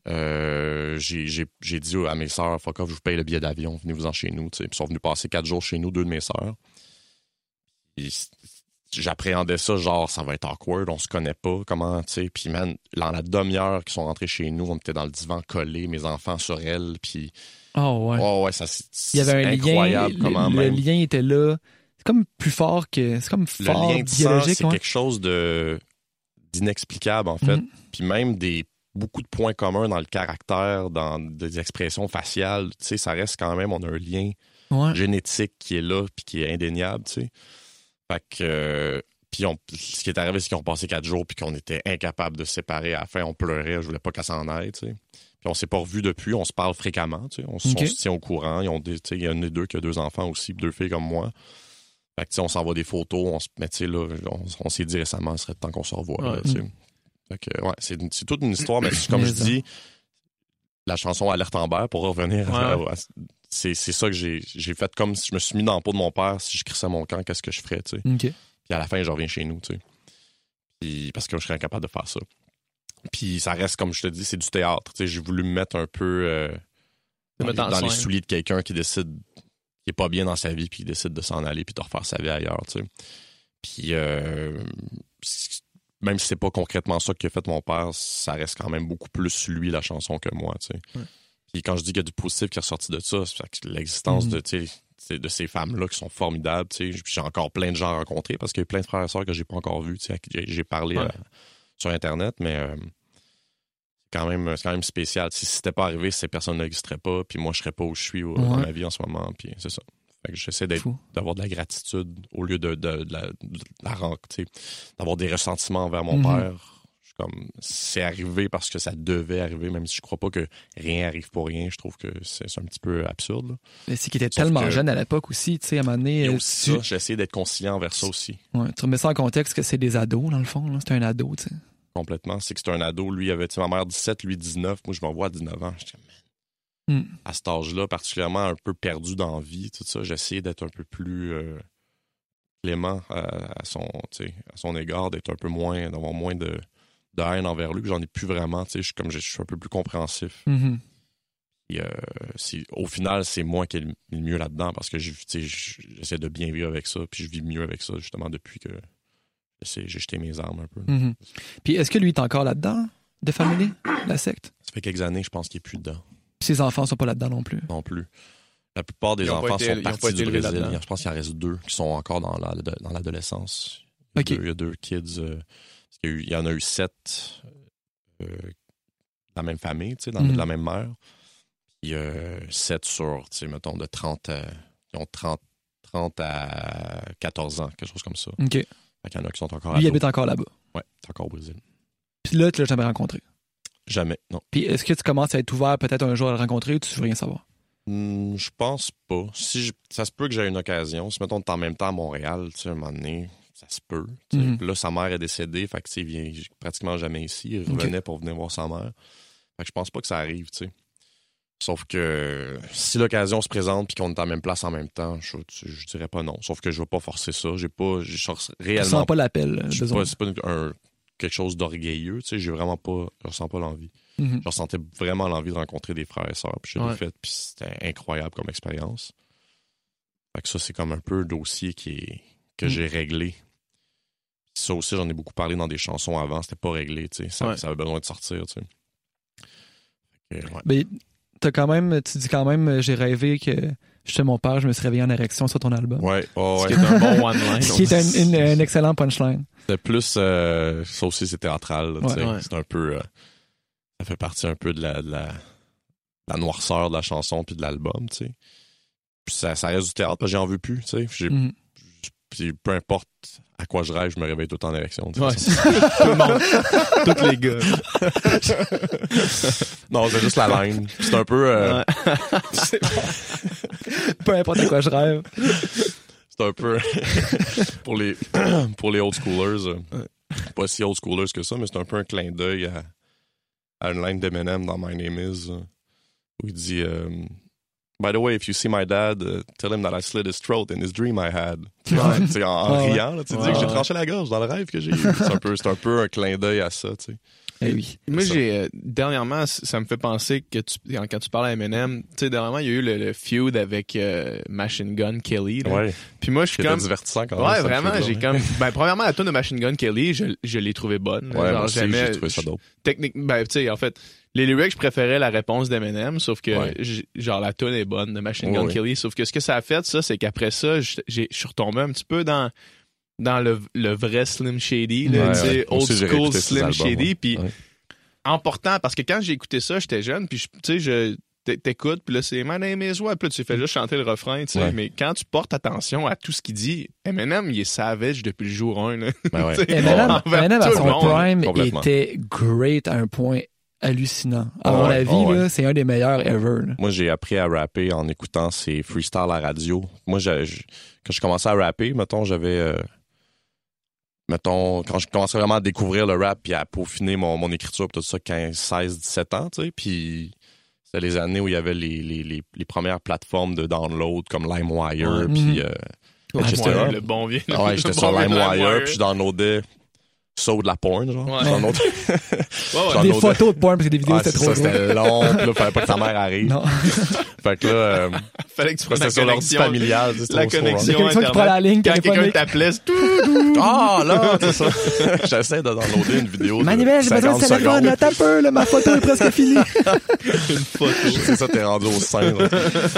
j'ai dit à mes sœurs, fuck off, je vous paye le billet d'avion, venez-vous-en chez nous, tu sais. Puis ils sont venus passer 4 jours chez nous, 2 de mes sœurs. Puis j'appréhendais ça, genre, ça va être awkward, on se connaît pas, comment, tu sais. Puis, man, dans la demi-heure qu'ils sont rentrés chez nous, on était dans le divan collé, mes enfants sur elle, puis... Oh, ouais. Oh, ouais, ça, il y avait un incroyable, lien, comment le même... lien était là. C'est comme plus fort que... C'est comme fort le lien de biologique, sang, c'est quelque chose d'inexplicable, en fait. Puis même beaucoup de points communs dans le caractère, dans des expressions faciales, tu sais, ça reste quand même, on a un lien génétique qui est là, puis qui est indéniable, tu sais. Fait que, puis ce qui est arrivé, c'est qu'ils ont passé 4 jours puis qu'on était incapables de se séparer. À la fin, on pleurait, je voulais pas qu'elle s'en aille, tu sais. Puis on s'est pas revus depuis, on se parle fréquemment, tu sais. On se tient au courant. Il y en a 2 qui a 2 enfants aussi, 2 filles comme moi. Fait que, tu sais, on s'envoie des photos, mais tu sais, là, on s'est dit récemment, il serait temps qu'on se revoie, là, tu sais. Fait que, ouais, c'est toute une histoire, mais comme je dis, la chanson Alerte Amber, pour revenir c'est ça que j'ai fait, comme si je me suis mis dans la peau de mon père, si je crissais mon camp, qu'est-ce que je ferais, tu sais. Okay. Puis à la fin, je reviens chez nous, tu sais. Puis parce que je serais incapable de faire ça. Puis ça reste, comme je te dis, c'est du théâtre, tu sais. J'ai voulu me mettre un peu dans les souliers de quelqu'un qui décide, qui est pas bien dans sa vie, puis qui décide de s'en aller, puis de refaire sa vie ailleurs, tu sais. Puis même si c'est pas concrètement ça qu'a fait mon père, ça reste quand même beaucoup plus lui, la chanson, que moi, tu sais. Ouais. Puis quand je dis qu'il y a du positif qui est ressorti de ça, c'est l'existence de ces femmes-là qui sont formidables. J'ai encore plein de gens à rencontrer parce qu'il y a plein de frères et sœurs que j'ai pas encore vus. J'ai parlé sur Internet, mais c'est quand même spécial. Si c'était pas arrivé, ces personnes n'existeraient pas, puis moi, je serais pas où je suis dans ma vie en ce moment. Puis c'est ça. Fait que j'essaie d'avoir de la gratitude au lieu de la rancune, d'avoir des ressentiments envers mon père. Comme c'est arrivé parce que ça devait arriver, même si je crois pas que rien arrive pour rien. Je trouve que c'est un petit peu absurde. Mais c'est qu'il était tellement jeune à l'époque aussi, tu sais, à un moment donné... Il y a aussi ça, j'ai essayé d'être conciliant envers ça aussi. Ouais, tu remets ça en contexte que c'est des ados, dans le fond. C'est un ado, tu sais. Complètement. C'est que c'est un ado. Lui, avait ma mère 17, lui 19. Moi, je m'en vois à 19 ans. J'étais, à cet âge-là, particulièrement un peu perdu dans la vie, tout ça, j'ai essayé d'être un peu plus clément à son égard, d'être un peu moins, d'avoir moins de haine envers lui, puis j'en ai plus vraiment, tu sais, je suis un peu plus compréhensif. Et, au final, c'est moi qui ai le mieux là-dedans, parce que j'essaie de bien vivre avec ça, puis je vis mieux avec ça, justement, depuis que j'ai jeté mes armes un peu. Puis est-ce que lui est encore là-dedans, de famille, la secte? Ça fait quelques années, je pense qu'il est plus dedans. Puis ses enfants sont pas là-dedans non plus? Non plus. La plupart des enfants sont partis du Brésil. Je pense qu'il en reste 2 qui sont encore dans l'adolescence. Il y a 2 kids... il y en a eu 7 de la même famille, tu sais, de la même mère. Puis 7 sur, tu sais, mettons, de 30 à 14 ans, quelque chose comme ça. OK. Fait qu'il y en a qui sont encore Lui, il habite encore là-bas. Ouais, c'est encore au Brésil. Puis là, tu l'as jamais rencontré? Jamais, non. Puis est-ce que tu commences à être ouvert peut-être un jour à le rencontrer ou tu veux rien savoir? Je pense pas. Ça se peut que j'ai une occasion. Si, mettons, t'es en même temps à Montréal, tu sais, à un moment donné... Ça se peut. Là, sa mère est décédée, fait que il vient pratiquement jamais ici. Il revenait pour venir voir sa mère. Fait que je pense pas que ça arrive, tu sais. Sauf que si l'occasion se présente puis qu'on est à la même place en même temps, je dirais pas non. Sauf que je vais pas forcer ça. Je réellement. Tu sens pas l'appel. C'est pas quelque chose d'orgueilleux, tu sais. Je ressens pas l'envie. Je ressentais vraiment l'envie de rencontrer des frères et sœurs. Puis je l'ai fait, puis c'était incroyable comme expérience. Fait que ça, c'est comme un peu un dossier que j'ai réglé. Ça aussi, j'en ai beaucoup parlé dans des chansons avant. C'était pas réglé, tu sais. Ça avait besoin de sortir, tu sais. Mais tu dis quand même, j'ai rêvé que j'étais mon père, je me suis réveillé en érection sur ton album. Ouais. Ce qui est un bon one-line. Ce qui est un excellent punchline. C'était plus... ça aussi, c'est théâtral, tu sais. C'est un peu... ça fait partie un peu de la la noirceur de la chanson puis de l'album, tu sais. Puis ça reste du théâtre, parce que j'en veux plus, tu sais. Puis peu importe à quoi je rêve, je me réveille tout le temps en érection. Ouais, tout le monde. Tous les gars. Non, c'est juste la line. C'est un peu... Peu importe à quoi je rêve. C'est un peu... pour les old schoolers, pas si old schoolers que ça, mais c'est un peu un clin d'œil à une line d'Eminem dans My Name Is, où il dit... By the way, if you see my dad, tell him that I slit his throat in his dream I had. En riant, là, tu dis que j'ai tranché la gorge dans le rêve que j'ai eu. C'est un peu un clin d'œil à ça, tu sais. Eh oui. Moi, dernièrement, ça me fait penser que quand tu parles à Eminem, tu sais, dernièrement, il y a eu le feud avec Machine Gun Kelly. Là. Ouais. Puis moi, je suis comme... divertissant quand même. Ouais, vraiment, j'ai comme... Ben, premièrement, la tune de Machine Gun Kelly, je l'ai trouvée bonne. Ouais, genre, moi aussi, j'ai trouvé ça dope. Technique, ben, tu sais, en fait, les lyrics, je préférais la réponse d'Eminem, sauf que, genre, la tune est bonne de Machine Gun Kelly. Sauf que ce que ça a fait, ça, c'est qu'après ça, je suis retombé un petit peu dans le vrai Slim Shady, là, tu sais, old school Slim Shady. Puis, en portant, parce que quand j'ai écouté ça, j'étais jeune, puis tu sais, t'écoutes, puis là, c'est My Name Is What, puis là, tu fais juste chanter le refrain, tu sais, mais quand tu portes attention à tout ce qu'il dit, Eminem, il est savage depuis le jour 1, là. Ben Eminem, à son prime, était great à un point hallucinant. À mon avis, là, c'est un des meilleurs ever. Là. Moi, j'ai appris à rapper en écoutant ses freestyles à la radio. Moi, quand je commençais à rapper, mettons, quand je commençais vraiment à découvrir le rap puis à peaufiner mon écriture tout ça, 15, 16, 17 ans, tu sais, puis c'était les années où il y avait les premières plateformes de download comme LimeWire, puis etc. Le bon vieux. Ouais, j'étais sur LimeWire, puis je downloadais de la porn, genre. Ouais. Des photos de porn parce que des vidéos c'était trop c'était long, puis là, fallait pas que ta mère arrive. Non. Fait que là, fallait que tu prennes c'était sur l'ordi familial. La connexion Internet. Qui prend la ligne quand quelqu'un t'appelait, là, c'est ça. J'essaie de downloader une vidéo. Manuel, j'ai besoin de téléphone, là, t'as peur, là, ma photo est presque finie. Une photo. C'est ça, t'es rendu au sein, là.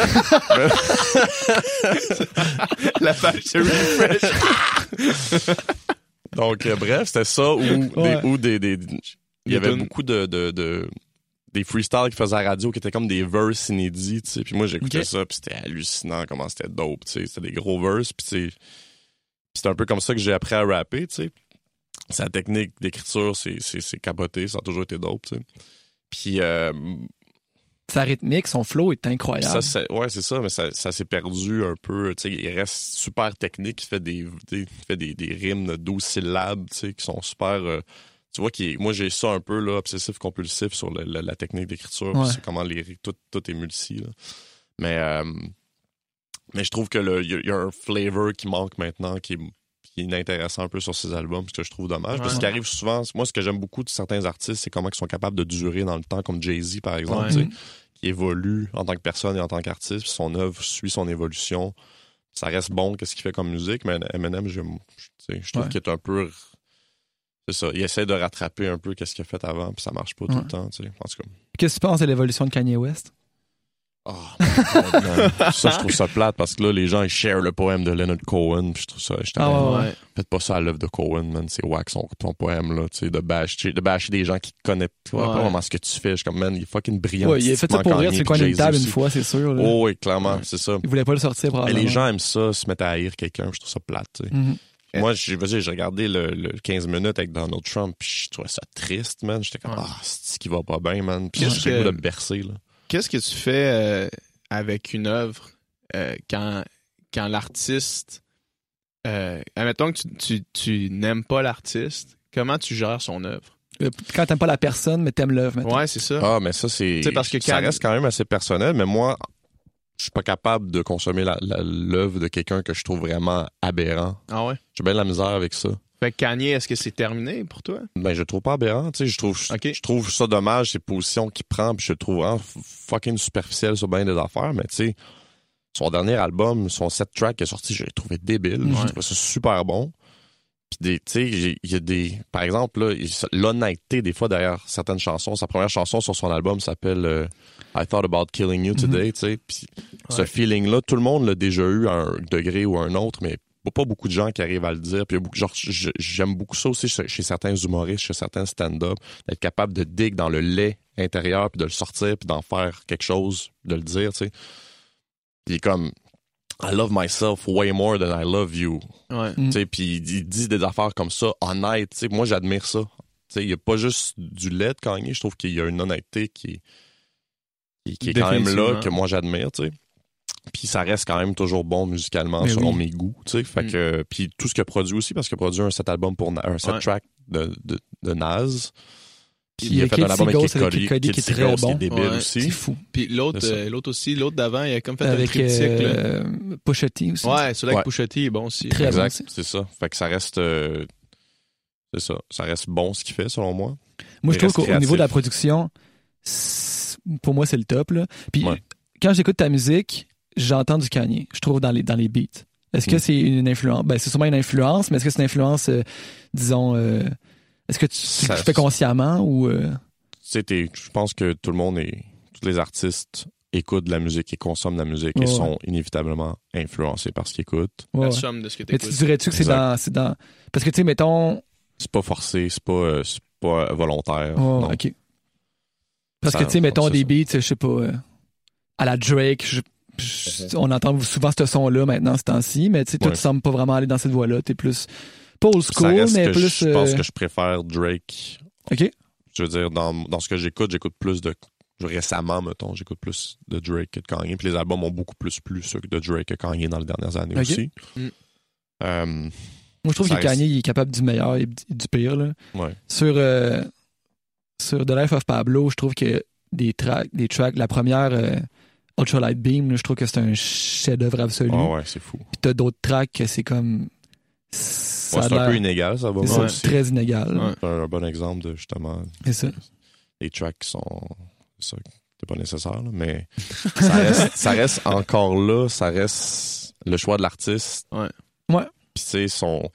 La page se refresh. Donc, bref, c'était ça où il y avait beaucoup des freestyles qui faisaient à la radio qui étaient comme des verses inédits, tu sais. Puis moi, j'écoutais ça, puis c'était hallucinant comment c'était dope, tu sais. C'était des gros verses, puis c'est un peu comme ça que j'ai appris à rapper, tu sais. Sa technique d'écriture, c'est capoté, ça a toujours été dope, tu sais. Puis... sa rythmique, son flow est incroyable. C'est ça, mais ça s'est perdu un peu. Tu sais, il reste super technique, il fait des rimes de 12 syllabes, tu sais, qui sont super... tu vois, moi, j'ai ça un peu, là, obsessif-compulsif sur la technique d'écriture, c'est comment tout est multi, là. Mais je trouve que il y a un flavor qui manque maintenant, qui est inintéressant un peu sur ces albums, ce que je trouve dommage. Parce qu'il arrive souvent, moi, ce que j'aime beaucoup de certains artistes, c'est comment ils sont capables de durer dans le temps, comme Jay-Z, par exemple, tu sais, qui évolue en tant que personne et en tant qu'artiste, puis son œuvre suit son évolution. Ça reste bon, qu'est-ce qu'il fait comme musique, mais Eminem, je trouve qu'il est un peu... C'est ça, il essaie de rattraper un peu qu'est-ce qu'il a fait avant, puis ça marche pas tout le temps, tu sais, en tout cas. Qu'est-ce que tu penses de l'évolution de Kanye West? Ça, je trouve ça plate parce que là, les gens, ils share le poème de Leonard Cohen, puis je trouve ça, faites pas ça à l'œuvre de Cohen, man, c'est wack ton poème, là, tu sais, de bâcher des gens qui te connaissent pas vraiment ce que tu fais. Je suis comme, man, il est fucking brillant. Ouais, il a fait ça pour rire sur le coin d'une table une fois, c'est sûr. Là. Oh, oui, clairement, c'est ça. Il voulait pas le sortir, probablement. Mais les gens aiment ça, se mettre à haïr quelqu'un, je trouve ça plate, tu sais. Moi, j'ai regardé le 15 minutes avec Donald Trump, puis je trouvais ça triste, man. J'étais comme, c'est ce qui va pas bien, man. Puis j'ai le goût de me bercer, là. Qu'est-ce que tu fais avec une œuvre quand l'artiste... admettons que tu n'aimes pas l'artiste, comment tu gères son œuvre? Quand t'aimes pas la personne, mais t'aimes l'œuvre. Maintenant. Ouais, c'est ça. Ah, mais ça, parce que ça reste quand même assez personnel, mais moi, je suis pas capable de consommer l'œuvre de quelqu'un que je trouve vraiment aberrant. Ah ouais? J'ai bien de la misère avec ça. Fait que Kanye, est-ce que c'est terminé pour toi? Ben, je le trouve pas aberrant, tu sais, je trouve ça dommage, ces positions qu'il prend, puis je le trouve vraiment fucking superficiel sur bien des affaires, mais tu sais, son dernier album, son 7 track qui est sorti, je l'ai trouvé débile, je trouvais ça super bon. Puis tu sais, il y a des, par exemple, là, l'honnêteté des fois derrière certaines chansons, sa première chanson sur son album s'appelle I Thought About Killing You Today, tu sais, puis ce feeling-là, tout le monde l'a déjà eu à un degré ou à un autre, mais pas beaucoup de gens qui arrivent à le dire. Puis j'aime beaucoup ça aussi chez certains humoristes, chez certains stand-up, d'être capable de dig dans le lait intérieur, puis de le sortir, puis d'en faire quelque chose, de le dire, tu sais. Puis comme, I love myself way more than I love you. Ouais. Tu sais, puis il dit des affaires comme ça, honnêtes, tu sais. Moi, j'admire ça. Tu sais, il n'y a pas juste du lait de Kanye, je trouve qu'il y a une honnêteté qui est quand même là, que moi j'admire, tu sais. Puis ça reste quand même toujours bon musicalement, selon mes goûts, tu sais. Fait que, puis tout ce qu'il a produit aussi, parce qu'il a produit un set album un set track de Nas. Puis il a fait un album avec Kid Cudi qui est très bon. Qui est débile aussi. C'est fou. Puis l'autre d'avant, il a comme fait un triptyque. Avec Pusha T aussi. Ouais, celui avec Pusha T est bon aussi. Très exact, bon aussi. C'est ça. Fait que ça reste... c'est ça. Ça reste bon ce qu'il fait, selon moi. Moi, je trouve qu'au niveau de la production, pour moi, c'est le top, là. Puis quand j'écoute ta musique, j'entends du Kanye, je trouve, dans les beats. Est-ce que c'est une influence? Ben, c'est sûrement une influence, mais est-ce que c'est une influence, disons... est-ce que tu fais consciemment ou... Je pense que tous les artistes écoutent de la musique et consomment de la musique et sont inévitablement influencés par ce qu'ils écoutent. La somme de ce que tu écoutes. Mais tu dirais-tu que c'est dans... Parce que, tu sais, mettons... C'est pas forcé, c'est pas volontaire. Oh, non. OK. Parce que, tu sais, mettons des beats, je sais pas, à la Drake, on entend souvent ce son-là maintenant, ce temps-ci, mais tu sais, toi, tu sembles pas vraiment aller dans cette voie-là. T'es plus... Pas old school, mais plus... Je pense que je préfère Drake. OK. Je veux dire, dans ce que j'écoute plus de... Récemment, mettons, j'écoute plus de Drake que de Kanye. Puis les albums ont beaucoup plus ceux de Drake que Kanye dans les dernières années aussi. Moi, je trouve que Kanye il est capable du meilleur et du pire. Là. Ouais. Sur The Life of Pablo, je trouve que des tracks, la première Ultralight Beam, là, je trouve que c'est un chef-d'œuvre absolu. Oh ouais, c'est fou. Puis t'as d'autres tracks que c'est comme... c'est un peu inégal, ça va aussi. C'est très inégal. Ouais. C'est un bon exemple de, justement... C'est ça. Les tracks qui sont... Ça, c'est pas nécessaire, là, mais ça reste encore là, ça reste le choix de l'artiste. Ouais. Puis c'est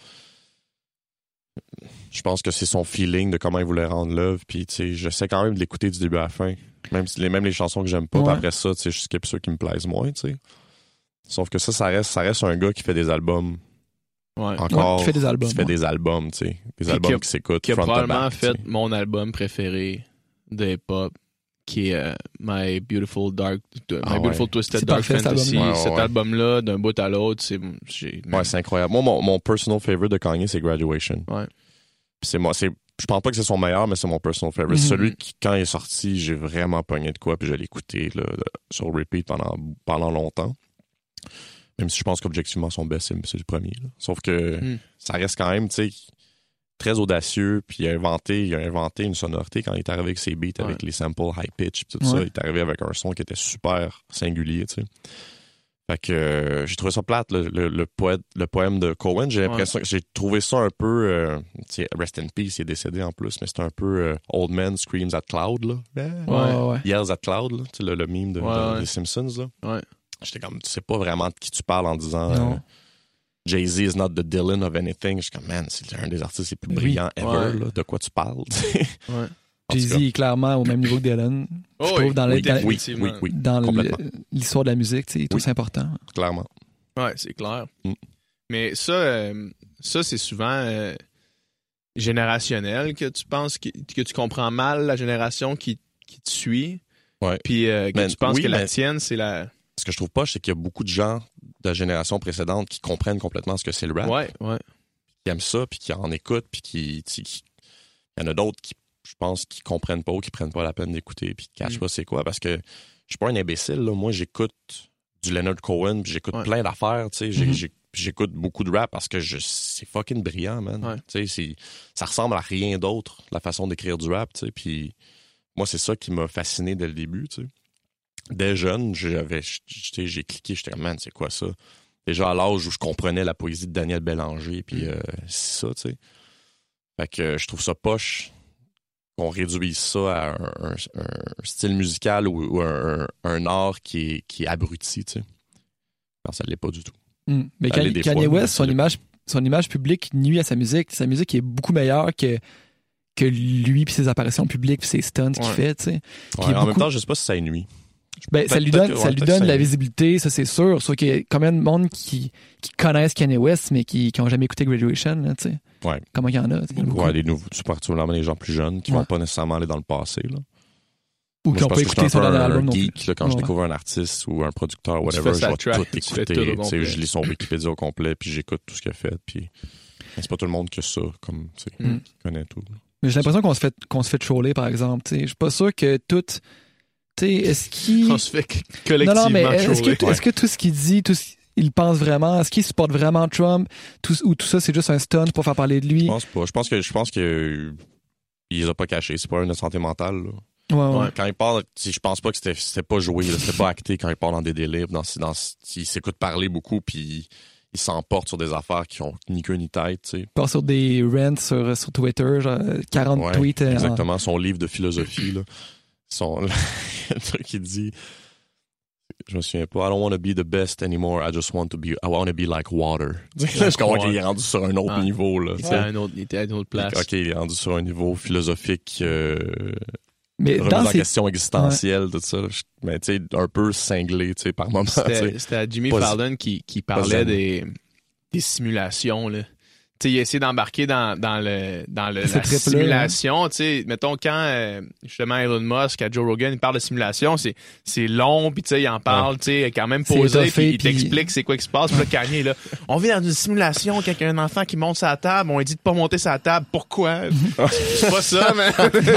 je pense que c'est son feeling de comment il voulait rendre l'œuvre. Puis tu sais, j'essaie quand même de l'écouter du début à la fin. Même les chansons que j'aime pas. Puis après ça, tu sais, je skip ceux qui me plaisent moins, tu sais. Sauf que ça reste un gars qui fait des albums. Encore. Qui fait des albums. Qui fait des albums, tu sais. Des albums qui s'écoutent. Qui a probablement fait mon album préféré de hip-hop, qui est My Beautiful Twisted Dark Fantasy. Cet album-là, d'un bout à l'autre, c'est incroyable. Moi, mon personal favorite de Kanye, c'est Graduation. Ouais. Puis je pense pas que c'est son meilleur, mais c'est mon personal favorite. C'est celui qui, quand il est sorti, j'ai vraiment pogné de quoi, puis je l'ai écouté là, sur repeat pendant longtemps. Même si je pense qu'objectivement, son best, c'est le premier. Là. Sauf que ça reste quand même, tu sais, très audacieux, puis il a inventé une sonorité quand il est arrivé avec ses beats, avec les samples high pitch, puis tout ça. Il est arrivé avec un son qui était super singulier, tu sais. Fait que j'ai trouvé ça plate, le poème de Cohen. J'ai l'impression que j'ai trouvé ça un peu... Rest in Peace, il est décédé en plus, mais c'était un peu Old Man Screams at Cloud, là. Yells at Cloud, là. Tu sais, le meme des Simpsons, là. Ouais. J'étais comme, tu sais pas vraiment de qui tu parles en disant... Jay-Z is not the Dylan of anything. Je suis comme, man, c'est un des artistes les plus brillants ever, là. De quoi tu parles, Jay-Z est clairement au même niveau que Dylan. Je trouve dans l'histoire de la musique, c'est tout important. Clairement. Ouais, c'est clair. Mais ça c'est souvent générationnel que tu penses que tu comprends mal la génération qui te suit. Ouais. Puis que tu penses que la tienne, c'est la... Ce que je trouve pas, c'est qu'il y a beaucoup de gens de la génération précédente qui comprennent complètement ce que c'est le rap. Ouais. Qui aiment ça, puis qui en écoutent, puis il y en a d'autres qui, je pense, qui comprennent pas ou qui prennent pas la peine d'écouter, puis qui cachent pas c'est quoi, parce que je suis pas un imbécile, là. Moi, j'écoute du Leonard Cohen, puis j'écoute plein d'affaires, tu sais. J'écoute beaucoup de rap parce que c'est fucking brillant, man. Tu sais, ça ressemble à rien d'autre, la façon d'écrire du rap, tu sais. Puis moi, c'est ça qui m'a fasciné dès le début, tu sais. Dès jeune, j'ai cliqué, j'étais comme, man, c'est quoi ça? Déjà à l'âge où je comprenais la poésie de Daniel Bélanger, puis c'est ça, tu sais. Fait que je trouve ça poche qu'on réduise ça à un style musical ou un art qui est abruti, tu sais. Non, ça l'est pas du tout. Mais Kanye West, son image publique nuit à sa musique. Sa musique est beaucoup meilleure que lui puis ses apparitions publiques puis ses stunts qu'il fait, tu sais. En même temps, je sais pas si ça nuit. Ça lui donne la visibilité, ça c'est sûr. Sauf qu'il y a combien de monde qui connaissent Kanye West, mais qui n'ont jamais écouté Graduation, tu sais. Ouais. Comment il y en a? Les nouveaux, particulièrement les gens plus jeunes qui vont pas nécessairement aller dans le passé, là. Ou qui n'ont pas écouté son dernier album non plus. Geek, là, quand je découvre un artiste ou un producteur, whatever, je vais tout écouter. Je lis son Wikipédia au complet, puis j'écoute tout ce qu'il a fait. Puis c'est pas tout le monde que ça, comme qui connaît tout. Mais j'ai l'impression qu'on se fait troller, par exemple. Je suis pas sûr que tout. Est-ce qu'il. On se fait collectivement non, mais troller. Est-ce que tout ce qu'il dit, il pense vraiment, est-ce qu'il supporte vraiment Trump, ou tout ça c'est juste un stunt pour faire parler de lui? Je pense pas. Je pense que il les a pas cachés. C'est pas une santé mentale, là. Ouais. Quand il parle, je pense pas que c'était pas joué, c'était pas acté quand il parle dans des délires, il s'écoute parler beaucoup, puis il s'emporte sur des affaires qui ont ni queue ni tête, tu sais. Il part sur des rants sur Twitter, genre 40 tweets. Exactement, son livre de philosophie, là. Le truc qu'il dit, je me souviens pas, I don't want to be the best anymore, I want to be like water. Je comprends qu'il est rendu sur un autre niveau, là. Il était à une autre place. OK, il est rendu sur un niveau philosophique, mais dans la question existentielle, tout ça. Mais tu sais, un peu cinglé, tu sais, par moment. C'était à Jimmy Fallon qui parlait des simulations, là. Tu sais, il a essayé d'embarquer dans la simulation. Tu sais, mettons, quand justement Elon Musk, à Joe Rogan, il parle de simulation, c'est long, puis tu sais, il en parle, tu sais, quand même posé, puis il t'explique c'est quoi qui se passe. Puis là, Kanye, là, on vit dans une simulation, quand il y a un enfant qui monte sa table, on lui dit de pas monter sa table. Pourquoi? C'est pas ça, mais...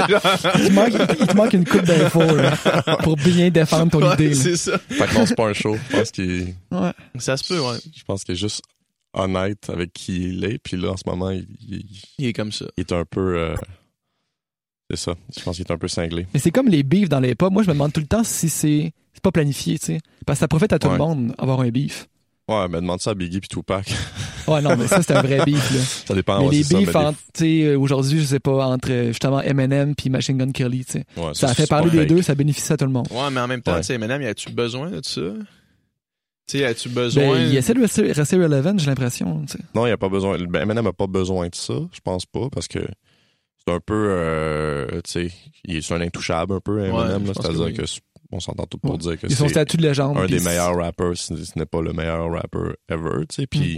il te manque une coupe d'infos, là, pour bien défendre ton idée. Là. C'est ça. Fait que non, c'est pas un show. Je pense qu'il... Ouais. Ça se peut, ouais. Je pense qu'il est juste honnête avec qui il est, puis là en ce moment il est comme ça. Il est un peu c'est ça, je pense qu'il est un peu cinglé. Mais c'est comme les beefs dans les pubs. Moi je me demande tout le temps si c'est pas planifié, tu sais, parce que ça profite à tout le monde avoir un beef. Ouais, mais demande ça à Biggie puis Tupac. Ouais, non, mais ça c'est un vrai beef là. Ça dépend. Mais ouais, les beefs entre, tu sais, aujourd'hui je sais pas, entre justement Eminem puis Machine Gun Kelly, tu sais, ça a fait parler des deux, ça bénéficie à tout le monde. Ouais, mais en même temps, tu sais, Eminem, y a-tu besoin de ça? Tu sais, as-tu besoin... il essaie de rester relevant, j'ai l'impression. T'sais. Non, il n'y a pas besoin. Eminem n'a pas besoin de ça, je pense pas, parce que c'est un peu... tu sais, c'est un intouchable un peu, Eminem. Ouais, c'est-à-dire que on s'entend tout pour dire que c'est son statut de légende. Un des meilleurs rappers, ce n'est pas le meilleur rapper ever, tu sais. Puis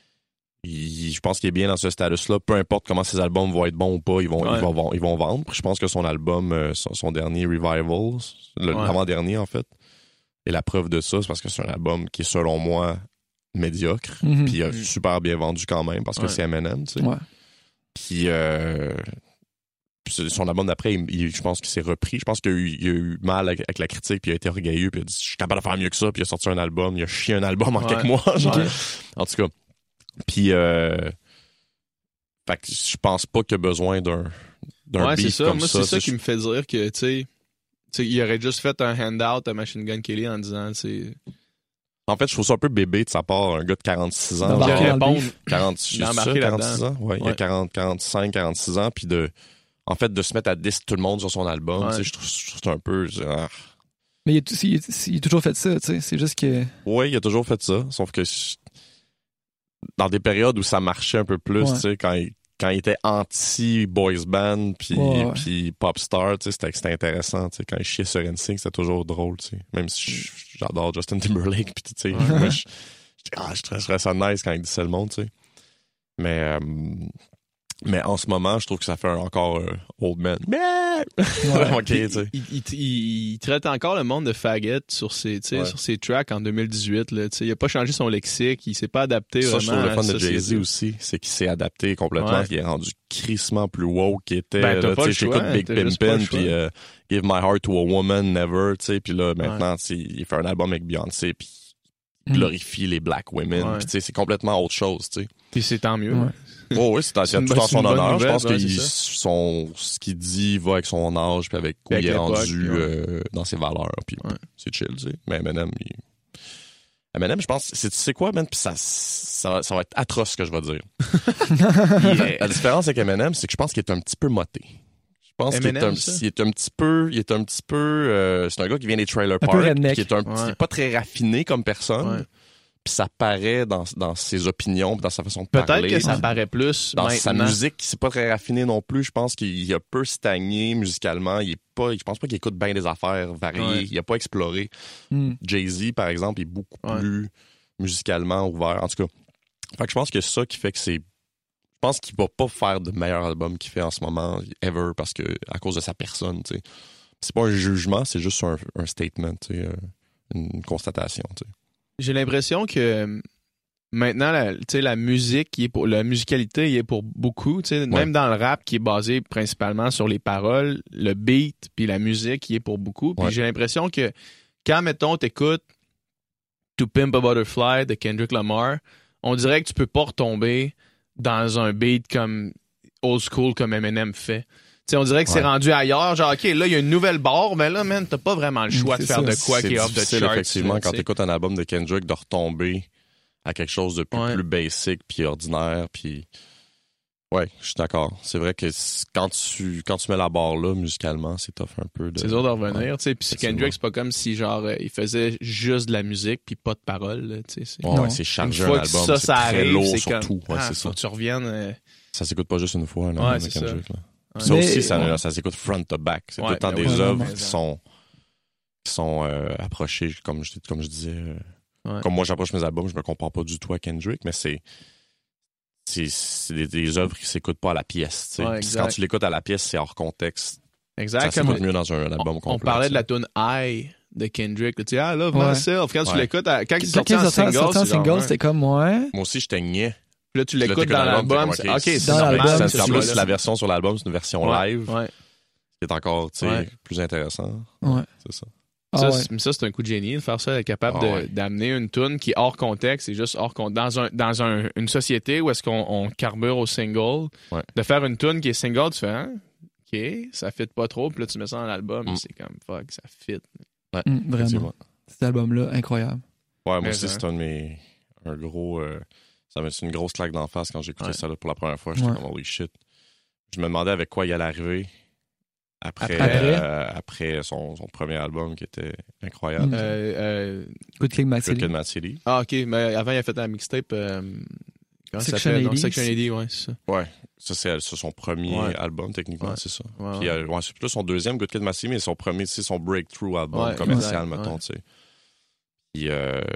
je pense qu'il est bien dans ce status-là. Peu importe comment ses albums vont être bons ou pas, ils vont vendre. Puis je pense que son album, son dernier Revival, l'avant-dernier en fait, et la preuve de ça, c'est parce que c'est un album qui est, selon moi, médiocre. Puis il a super bien vendu quand même, parce que c'est Eminem, tu sais. Ouais. Puis son album d'après, je pense qu'il s'est repris. Je pense qu'il a eu mal avec la critique, puis il a été orgueilleux, puis il a dit « Je suis capable de faire mieux que ça », puis il a sorti un album. Il a chié un album en quelques mois. Genre. En tout cas. Puis, fait que je pense pas qu'il y a besoin d'un beef comme moi, ça. C'est ça qui me fait dire que, tu sais, il aurait juste fait un handout à Machine Gun Kelly en disant, c'est... En fait, je trouve ça un peu bébé de sa part, un gars de 46 ans. Genre, répondre. 46 ans? Ouais, il y a 45, 46 ans, puis de se mettre à diss tout le monde sur son album, tu sais, je trouve ça un peu... Mais il a toujours fait ça, tu sais, c'est juste que... Oui, il a toujours fait ça, sauf que dans des périodes où ça marchait un peu plus, tu sais, quand il était anti-boys band puis pop star, tu sais, c'était intéressant, tu sais, quand il chiait sur NSYNC, c'était toujours drôle, tu sais, même si j'adore Justin Timberlake, puis tu sais, je trouverais ça nice quand il disait le monde, tu sais. Mais en ce moment, je trouve que ça fait encore old man. Okay, il traite encore le monde de faggot sur ses tracks en 2018. Là, il a pas changé son lexique, il s'est pas adapté ça, vraiment. Je trouve le fun de Jay-Z aussi, c'est qu'il s'est adapté complètement, qu'il est rendu crissement plus woke qu'il était. J'écoute Big Pimpin' puis Give My Heart to a Woman, Never, puis là maintenant il fait un album avec Beyoncé puis il glorifie les black women. Puis c'est complètement autre chose. T'sais. Puis c'est tant mieux. Oh oui, c'est tout en son honneur. Je pense que ce qu'il dit va avec son âge puis avec où il est rendu dans ses valeurs. Puis c'est chill, tu sais. Mais Eminem, je pense, tu sais quoi, man? Puis ça va être atroce ce que je vais dire. La différence avec Eminem, c'est que je pense qu'il est un petit peu moté. Je pense qu'il est un petit peu, c'est un gars qui vient des trailer parks, qui est pas très raffiné comme personne. Puis ça paraît dans ses opinions, dans sa façon de parler. Peut-être que ça paraît plus dans maintenant. sa musique, c'est pas très raffiné non plus. Je pense qu'il a peu stagné musicalement. Je pense pas qu'il écoute bien des affaires variées. Ouais. Il a pas exploré. Jay-Z, par exemple, est beaucoup plus musicalement ouvert. En tout cas, fait que je pense que c'est ça qui fait que je pense qu'il va pas faire de meilleur album qu'il fait en ce moment, ever, parce que à cause de sa personne, tu sais. C'est pas un jugement, c'est juste un statement, tu sais, une constatation, tu sais. J'ai l'impression que maintenant, la musique, la musicalité, il est pour beaucoup. Même dans le rap, qui est basé principalement sur les paroles, le beat, puis la musique, il est pour beaucoup. Puis j'ai l'impression que quand, mettons, t'écoutes To Pimp a Butterfly de Kendrick Lamar, on dirait que tu peux pas retomber dans un beat comme old school comme Eminem fait. T'sais, on dirait que c'est rendu ailleurs. Genre, OK, là, il y a une nouvelle barre, mais là, man, t'as pas vraiment le choix de faire de quoi qui est off the charts. Effectivement, quand t'écoutes un album de Kendrick, de retomber à quelque chose de plus basic puis ordinaire. Puis ouais, je suis d'accord. C'est vrai que quand tu mets la barre là, musicalement, c'est tough un peu. C'est dur de revenir. Puis Kendrick, c'est pas comme si genre il faisait juste de la musique puis pas de paroles. C'est chargé un album. C'est très arrive, lourd surtout. C'est ça. Faut que tu reviennes. Ça s'écoute pas juste une fois, un album de Kendrick. Là. Ouais. Ça aussi, ça s'écoute front to back. C'est tout le temps des œuvres qui sont approchées, comme je disais. Comme moi, j'approche mes albums, je me compare pas du tout à Kendrick, mais c'est des œuvres qui s'écoutent pas à la pièce. Quand tu l'écoutes à la pièce, c'est hors contexte. Exact. Ça s'écoute mieux dans un album complet. On parlait de la tune I de Kendrick. Tu sais, I love myself. Quand tu l'écoutes, quand il sortait en single, c'était comme moi. Moi aussi, j'étais niais. Puis là, tu l'écoutes dans l'album. OK, c'est dans l'album. En plus, la version sur l'album, c'est une version live. C'est encore plus intéressant. Ouais. C'est ça. Ça, c'est un coup de génie de faire ça, être capable d'amener une tune qui est hors contexte, c'est juste hors contexte. Dans une société où est-ce qu'on carbure au single, de faire une tune qui est single, tu fais OK, ça fit pas trop, puis là, tu mets ça dans l'album, c'est comme fuck, ça fit. Ouais, vraiment. Cet album-là, incroyable. Ouais, moi aussi, c'est un gros. Ça m'a fait une grosse claque d'en face quand j'ai écouté ça là, pour la première fois. J'étais comme holy shit. Je me demandais avec quoi il allait arriver. Après son premier album qui était incroyable. Good Kid, Mad City. Ah, OK. Mais avant, il a fait la mixtape Section 80. Section 80, ouais, c'est ça. Ouais. Ça, c'est son premier album, techniquement, c'est ça. Puis, c'est plutôt son deuxième, Good Kid, Mad City, mais son premier, c'est son breakthrough album commercial, mettons, tu sais. Puis,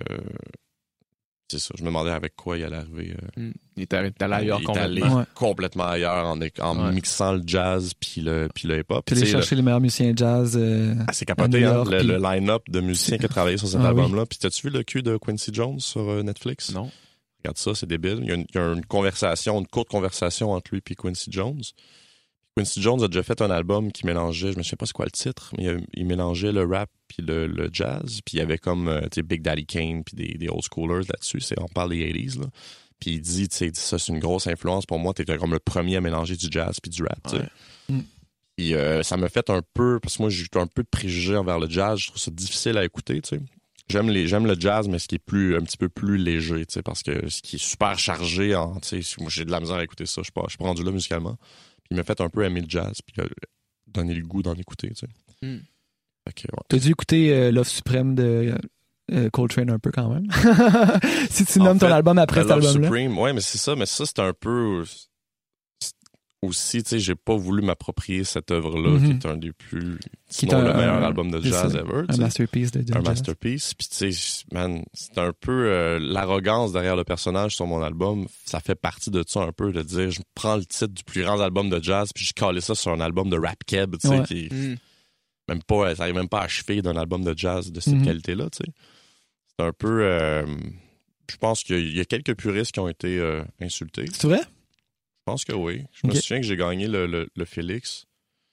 c'est ça. Je me demandais avec quoi il allait arriver. Il est allé ailleurs complètement ailleurs en mixant le jazz puis le hip-hop. Puis aller chercher les meilleurs musiciens jazz. C'est capoté, le line-up de musiciens qui a travaillé sur cet album-là. Puis t'as-tu vu le cul de Quincy Jones sur Netflix? Non. Regarde ça, c'est débile. Il y a une courte conversation entre lui et Quincy Jones. Quincy Jones a déjà fait un album qui mélangeait, je me souviens pas c'est quoi le titre, mais il mélangeait le rap puis le jazz, puis il y avait comme Big Daddy Kane puis des old schoolers là-dessus, on parle des 80s là. Puis il dit ça c'est une grosse influence pour moi, t'étais comme le premier à mélanger du jazz puis du rap, tu sais. Puis ça m'a fait un peu, parce que moi j'ai un peu de préjugés envers le jazz, je trouve ça difficile à écouter, tu sais. J'aime le jazz, mais ce qui est un petit peu plus léger, tu sais, parce que ce qui est super chargé tu sais, moi j'ai de la misère à écouter ça, je suis pas rendu là musicalement. Puis il m'a fait un peu aimer le jazz, puis donner le goût d'en écouter, tu sais. T'as dû écouter Love Supreme de Coltrane un peu quand même. Si tu nommes ton album après cet album-là. Supreme, ouais, mais c'est ça, c'est un peu aussi, tu sais, j'ai pas voulu m'approprier cette œuvre-là, qui est un des plus, sinon le meilleur album de jazz ever. Un masterpiece de jazz. Un masterpiece, puis tu sais, man, c'est un peu l'arrogance derrière le personnage sur mon album, ça fait partie de ça un peu, de dire, je prends le titre du plus grand album de jazz, puis je calais ça sur un album de rap keb, tu sais, qui même pas, ça arrive même pas à achever d'un album de jazz de cette qualité-là, tu sais. C'est un peu, je pense qu'il y a quelques puristes qui ont été insultés. C'est vrai? Je pense que oui. Je me souviens que j'ai gagné le Félix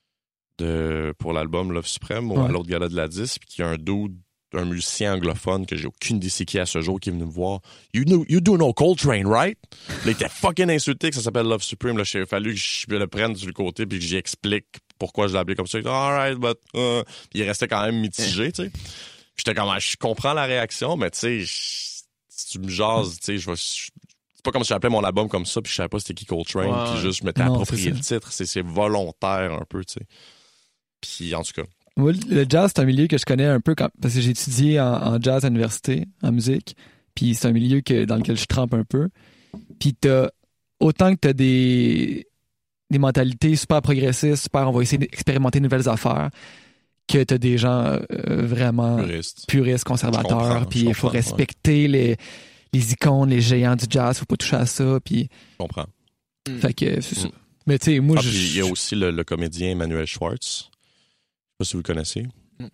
pour l'album Love Supreme à l'autre gala de la disque, puis qu'il y a un musicien anglophone que j'ai aucune idée c'est qui à ce jour qui est venu me voir. You do know Coltrane, right? Là, il était fucking insulté que ça s'appelle Love Supreme. Là, il a fallu que je le prenne sur le côté puis que j'y explique pourquoi je l'ai appelé comme ça. Il dit, all right, but... Puis il restait quand même mitigé, tu sais. J'étais comme, je comprends la réaction, mais tu sais, si tu me jases, tu sais, c'est pas comme si j'appelais mon album comme ça, puis je savais pas c'était qui Coltrane, puis juste je m'étais approprié le titre. C'est volontaire un peu, tu sais. Puis en tout cas. Moi, le jazz, c'est un milieu que je connais un peu parce que j'ai étudié en jazz à l'université, en musique. Puis c'est un milieu dans lequel je trempe un peu. Puis autant que t'as des mentalités super progressistes, super on va essayer d'expérimenter de nouvelles affaires, que t'as des gens vraiment puristes, conservateurs, puis il faut respecter les icônes, les géants du jazz, faut pas toucher à ça, puis... Je comprends. Fait que c'est ça. Mais tu sais, moi, il y a aussi le comédien Emmanuel Schwartz. Je sais pas si vous le connaissez.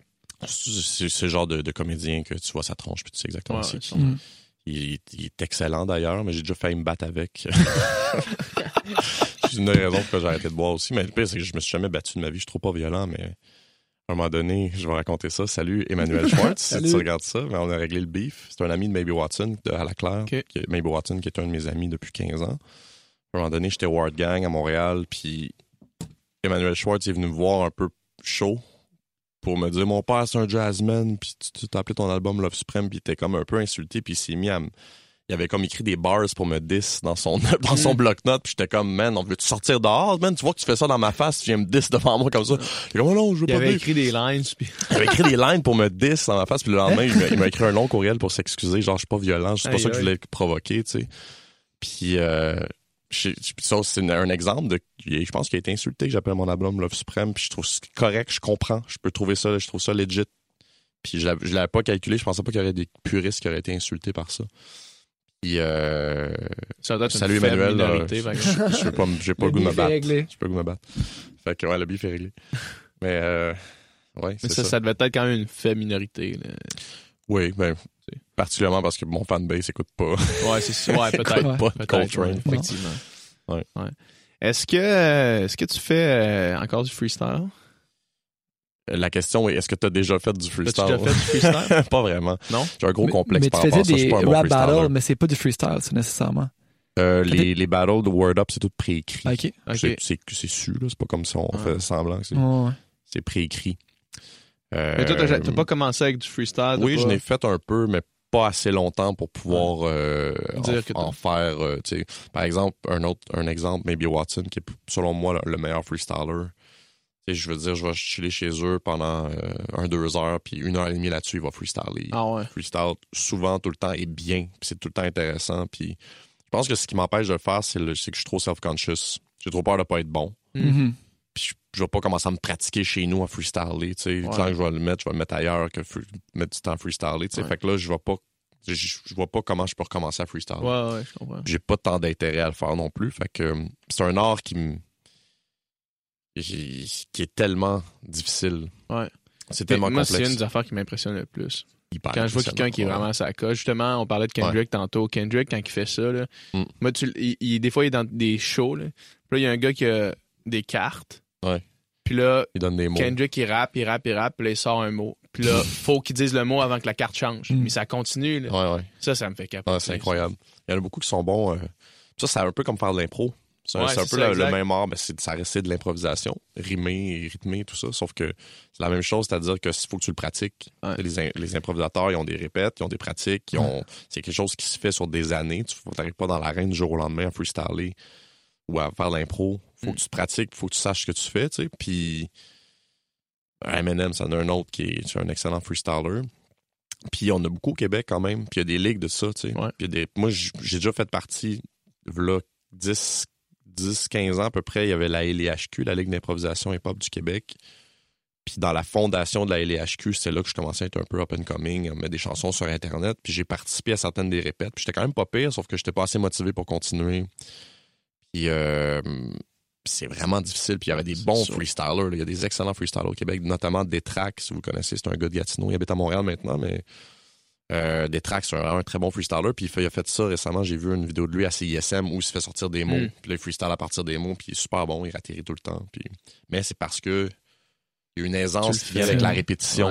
C'est le genre de comédien que tu vois sa tronche puis tu sais exactement c'est qui. Il est excellent d'ailleurs, mais j'ai déjà failli me battre avec. C'est une des raisons pourquoi j'ai arrêté de boire aussi. Mais le pire, c'est que je me suis jamais battu de ma vie. Je suis trop pas violent, mais à un moment donné, je vais raconter ça. Salut Emmanuel Schwartz, si tu regardes ça. Mais on a réglé le beef. C'est un ami de Maybe Watson, à la Claire. Maybe Watson, qui est un de mes amis depuis 15 ans. À un moment donné, j'étais Ward Gang à Montréal, puis Emmanuel Schwartz est venu me voir un peu chaud pour me dire « Mon père, c'est un jazzman, puis tu t'as appelé ton album Love Supreme, puis il était comme un peu insulté, puis il s'est mis à me... Il avait comme écrit des bars pour me diss dans son bloc-notes, puis j'étais comme « Man, on veut-tu sortir dehors? Man, tu vois que tu fais ça dans ma face, tu viens me diss devant moi comme ça. » Il comme « Oh non, je veux pas dire. » Il avait écrit des lines. Puis... Il avait écrit des lines pour me diss dans ma face, puis le lendemain, il m'a écrit un long courriel pour s'excuser, genre « Je suis pas violent, c'est pas ça que je voulais provoquer, tu sais. » Puis... ça, c'est un exemple de, je pense qu'il a été insulté que j'appelle mon album Love Supreme, puis je trouve ça correct, je comprends, je peux trouver ça, je trouve ça legit. Puis je l'avais pas calculé, je pensais pas qu'il y aurait des puristes qui auraient été insultés par ça. Puis ça doit être salut une Emmanuel, j'ai pas le goût de me battre. J'ai pas le goût de me battre. Fait que ouais, le beef est réglé. Mais ouais, c'est ça. Ça devait être quand même une faible minorité. Là. Oui, ben particulièrement parce que mon fanbase écoute pas. Ouais, c'est ça. Ouais, peut-être pas Coltrane. Effectivement. Ouais. Est-ce que tu fais encore du freestyle? La question est, est-ce que tu as déjà fait du freestyle? As-tu déjà fait du freestyle? Pas vraiment. Non? J'ai un gros complexe par rapport à ça. Mais tu faisais des rap battles, mais c'est pas du freestyle, ça, nécessairement. Les battles de Word Up, c'est tout préécrit. OK. C'est su, là. C'est pas comme si on fait semblant. C'est préécrit. Mais toi, t'as pas commencé avec du freestyle? Oui, je n'ai fait un peu, mais pas assez longtemps pour pouvoir en faire. Par exemple, un exemple, Maybe Watson, qui est selon moi le meilleur freestyler. Je veux dire, je vais chiller chez eux pendant 1-2 heures, puis 1h30 là-dessus, il va freestyler. Ah ouais. Freestyle souvent, tout le temps, est bien, puis c'est tout le temps intéressant. Puis je pense que ce qui m'empêche de le faire, c'est que je suis trop self-conscious. J'ai trop peur de pas être bon. Mm-hmm. Puis je vais pas commencer à me pratiquer chez nous à freestyler. Quand je vais le mettre ailleurs que mettre du temps à freestyler. Fait que là, je vois pas comment je peux recommencer à freestyler. Ouais, je comprends. J'ai pas tant d'intérêt à le faire non plus. Fait que c'est un art qui est tellement difficile. Ouais. C'est tellement complexe. Moi, c'est une des affaires qui m'impressionne le plus. Quand je vois quelqu'un qui est vraiment à sa coche, justement, on parlait de Kendrick tantôt. Kendrick, quand il fait ça, là, moi, des fois, il est dans des shows. Là. Puis là, il y a un gars qui a des cartes. Ouais. Puis là, il donne des mots. Kendrick, il rappe, puis là, il sort un mot. Puis là, faut qu'il dise le mot avant que la carte change. Mais ça continue. Là. Ouais. Ça me fait capoter. Ouais, c'est incroyable. Il y en a beaucoup qui sont bons. Ça, c'est un peu comme faire de l'impro. C'est un peu ça, le même art, mais ça reste de l'improvisation, rimé et rythmé, tout ça. Sauf que c'est la même chose, c'est-à-dire que s'il faut que tu le pratiques. Ouais. Les improvisateurs, ils ont des répètes, ils ont des pratiques, c'est quelque chose qui se fait sur des années. Tu n'arrives pas dans l'arène du jour au lendemain à freestyler ou à faire de l'impro. Faut que tu te pratiques, faut que tu saches ce que tu fais, tu sais. Puis Eminem, c'en a un autre qui est un excellent freestyler. Puis on a beaucoup au Québec quand même. Puis il y a des ligues de ça, tu sais. Ouais. Moi, j'ai déjà fait partie, là, 10-15 ans à peu près, il y avait la LHQ, la Ligue d'improvisation hip-hop du Québec. Puis dans la fondation de la LHQ, c'est là que je commençais à être un peu up and coming, à mettre des chansons sur Internet. Puis j'ai participé à certaines des répètes. Puis j'étais quand même pas pire, sauf que j'étais pas assez motivé pour continuer. Puis c'est vraiment difficile. Puis il y avait des bons freestylers. Il y a des excellents freestylers au Québec, notamment Détrac, si vous connaissez. C'est un gars de Gatineau. Il habite à Montréal maintenant, mais Détrac, c'est un très bon freestyler. Puis il a fait ça récemment. J'ai vu une vidéo de lui à CISM où il se fait sortir des mots. Puis là, il freestyle à partir des mots. Puis il est super bon. Il atterrit tout le temps. Puis... Mais c'est parce que il y a une aisance qui vient avec la répétition.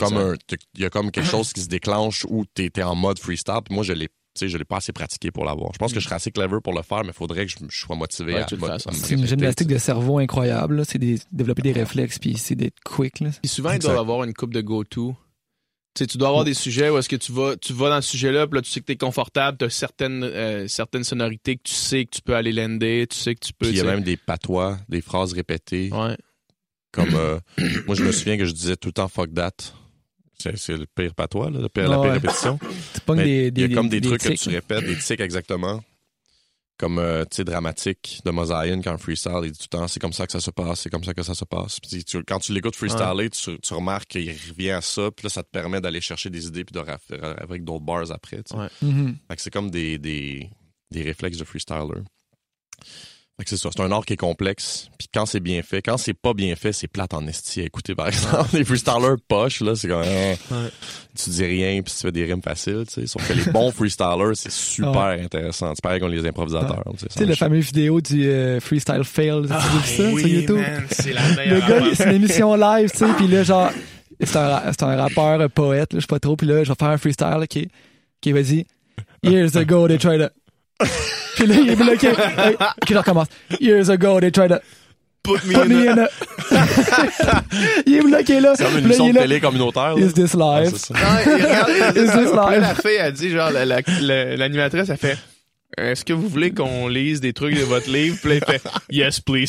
Il y a comme quelque chose qui se déclenche où t'es en mode freestyle. Puis moi, je l'ai pas assez pratiqué pour l'avoir. Je pense que je serais assez clever pour le faire, mais il faudrait que je sois motivé à c'est une gymnastique de cerveau incroyable. Là. C'est développer des réflexes puis c'est d'être quick. Là. Puis souvent, il doit avoir une coupe de go-to. Tu dois avoir des sujets où est-ce que tu vas dans ce sujet-là, puis là, tu sais que t'es confortable, t'as certaines sonorités que tu sais que tu peux aller lander, tu sais que tu peux... Puis il y a même des patois, des phrases répétées. Ouais. Comme, moi, je me souviens que je disais tout le temps « fuck that ». c'est le pire patois, là, la pire répétition. Il y a comme des trucs que tu répètes, des tics exactement. Comme, tu sais, dramatique de Mosaïen quand freestyle, il dit tout le temps, c'est comme ça que ça se passe, c'est comme ça que ça se passe. Puis quand tu l'écoutes freestyler, tu remarques qu'il revient à ça, puis là, ça te permet d'aller chercher des idées puis de refaire avec d'autres bars après, tu sais. Ouais. Fait que c'est comme des réflexes de freestyler. Fait que c'est ça, c'est un art qui est complexe, puis quand c'est bien fait, quand c'est pas bien fait, c'est plate en esti à écouter, par exemple. Les freestylers poches, là, c'est comme, tu dis rien, puis tu fais des rimes faciles, tu sais. Sauf que les bons freestylers, c'est super intéressant. C'est pareil comme les improvisateurs. Tu sais, la fameuse vidéo du freestyle fail, tu as vu ça sur YouTube? Man, c'est la meilleure. Le gars, c'est une émission live, tu sais, puis là, genre, c'est un rappeur, poète, là, je sais pas trop, puis là, je vais faire un freestyle, OK, vas-y. Years ago, they tried to... Puis là, il est bloqué. OK, je recommence. Years ago, they tried to put me in a... Il est bloqué là. C'est comme une émission de télé communautaire. Is this live? Is this live? La fille a dit, genre, l'animatrice a fait, est-ce que vous voulez qu'on lise des trucs de votre livre? Puis là, il fait, yes, please.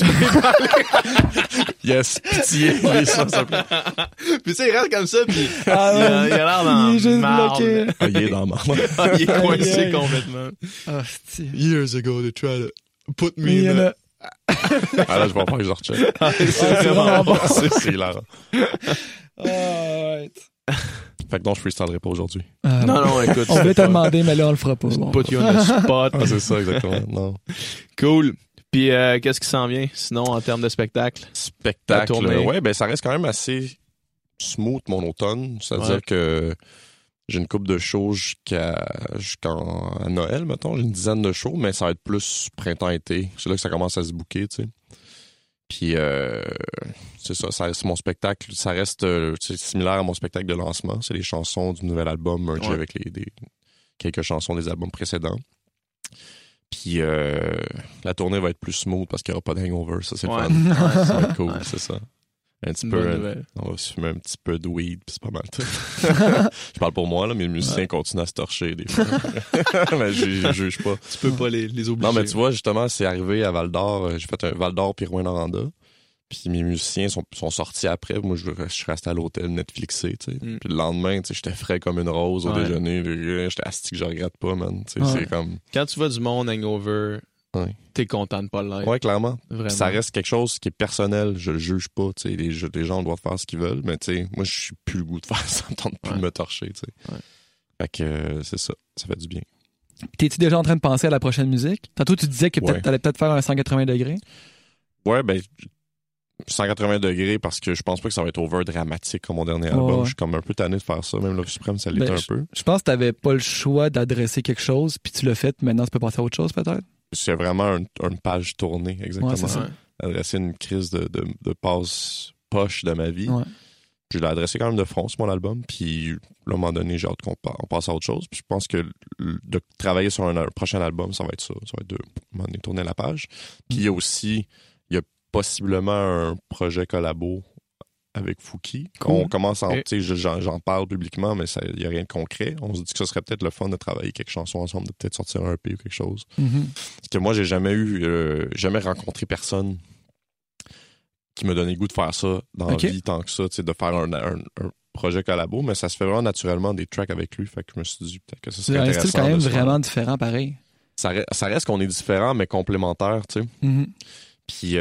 Yes, pitié, lis ça, s'il te plaît. Puis tu sais, il reste comme ça, puis il a l'air dans il est juste marde. bloqué. Il est dans marde. Il est coincé complètement. Years ago, they tried to put me in a... Ah là, je vais pas que je recheck. C'est vraiment bon. C'est hilarant. Fait que non, je freestylerai pas aujourd'hui. Non, écoute. On va te demander, mais là, on le fera pas. Bon. Put you on the spot. Ah, c'est ça, exactement. Non. Cool. Puis, qu'est-ce qui s'en vient, sinon, en termes de spectacle? Spectacle, ouais, ben ça reste quand même assez smooth, mon automne. C'est-à-dire que j'ai une couple de shows jusqu'à Noël, mettons. J'ai une dizaine de shows, mais ça va être plus printemps-été. C'est là que ça commence à se booker, tu sais. Puis, c'est ça, c'est mon spectacle. Ça reste similaire à mon spectacle de lancement. C'est les chansons du nouvel album, mergé avec quelques chansons des albums précédents. Puis, la tournée va être plus smooth parce qu'il n'y aura pas de hangover. Ça, c'est le fun. Ça va être cool, c'est ça. Un petit peu, on va fumer un petit peu de weed, puis c'est pas mal tout. Je parle pour moi, là, mais les musiciens continuent à se torcher des fois. Mais je juge pas. Tu peux pas les obliger. Non, mais tu vois, justement, c'est arrivé à Val-d'Or. J'ai fait un Val-d'Or puis Rouyn-Noranda. Puis mes musiciens sont sortis après. Moi, je suis resté à l'hôtel Netflixé, tu sais. Puis le lendemain, tu sais, j'étais frais comme une rose au déjeuner. J'étais asti que je regrette pas, man. Tu sais, c'est comme... Quand tu vois du monde hangover, t'es content de pas l'être. Ouais, clairement. Vraiment. Ça reste quelque chose qui est personnel. Je le juge pas, tu sais. Les gens doivent faire ce qu'ils veulent, mais tu sais, moi, je suis plus le goût de faire ça. Ça me tente plus de me torcher, tu sais. Ouais. Fait que c'est ça. Ça fait du bien. T'es-tu déjà en train de penser à la prochaine musique? Tantôt, tu disais que t'allais peut-être faire un 180 degrés. Ouais, ben... 180 degrés parce que je pense pas que ça va être over dramatique comme mon dernier album. Je suis comme un peu tanné de faire ça. Même Love Supreme, ça l'est un peu. Je pense que t'avais pas le choix d'adresser quelque chose, puis tu l'as fait, maintenant tu peux passer à autre chose peut-être? C'est vraiment une page tournée, exactement. Ouais, c'est ça. Adresser une crise de passe poche de ma vie. Ouais. Je l'ai adressé quand même de front sur mon album, puis là, à un moment donné, j'ai hâte qu'on passe à autre chose. Puis je pense que de travailler sur un prochain album, ça va être ça. Ça va être de tourner la page. Puis il y a aussi... possiblement un projet collabo avec Fouki. Cool. On commence j'en parle publiquement, mais il n'y a rien de concret. On se dit que ce serait peut-être le fun de travailler quelques chansons ensemble, de peut-être sortir un EP ou quelque chose. Parce que moi, j'ai jamais rencontré personne qui me donnait le goût de faire ça dans la vie tant que ça, de faire un projet collabo, mais ça se fait vraiment naturellement des tracks avec lui. Fait que je me suis dit peut-être que ça serait intéressant. C'est quand même vraiment différent, pareil. Ça reste qu'on est différents, mais complémentaires, tu sais. Puis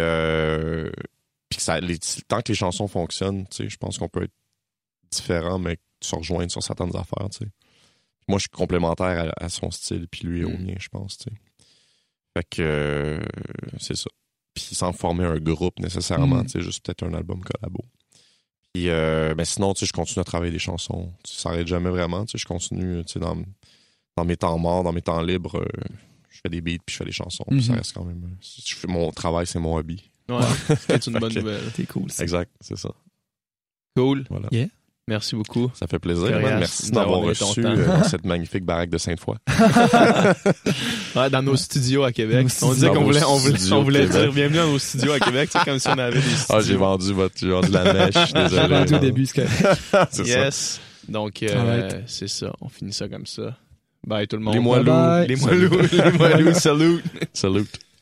tant que les chansons fonctionnent, tu sais, je pense qu'on peut être différent, mais se rejoindre sur certaines affaires, tu sais. Moi, je suis complémentaire à son style, puis lui au mien, je pense, tu sais. Fait que c'est ça. Puis sans former un groupe nécessairement, tu sais, juste peut-être un album collabo. Puis sinon, tu sais, je continue à travailler des chansons. Ça s'arrête jamais vraiment, tu sais, je continue, tu sais, dans mes temps morts, dans mes temps libres... je fais des beats puis je fais des chansons. Puis ça reste quand même... mon travail, c'est mon hobby. Ouais, c'est une bonne nouvelle. C'est cool. Exact, c'est ça. Cool. Voilà. Yeah. Merci beaucoup. Ça fait plaisir. Merci d'avoir reçu cette magnifique baraque de Sainte-Foy. Dans nos studios à Québec. On disait qu'on voulait dire bienvenue dans nos studios à Québec. C'est comme si on avait des studios. J'ai vendu la mèche. Désolé. J'ai vendu au début, c'est c'est yes. Ça. Donc, c'est ça. On finit ça comme ça. Bye tout le monde. Les moelleux. Les moelleux. Salut. Salut.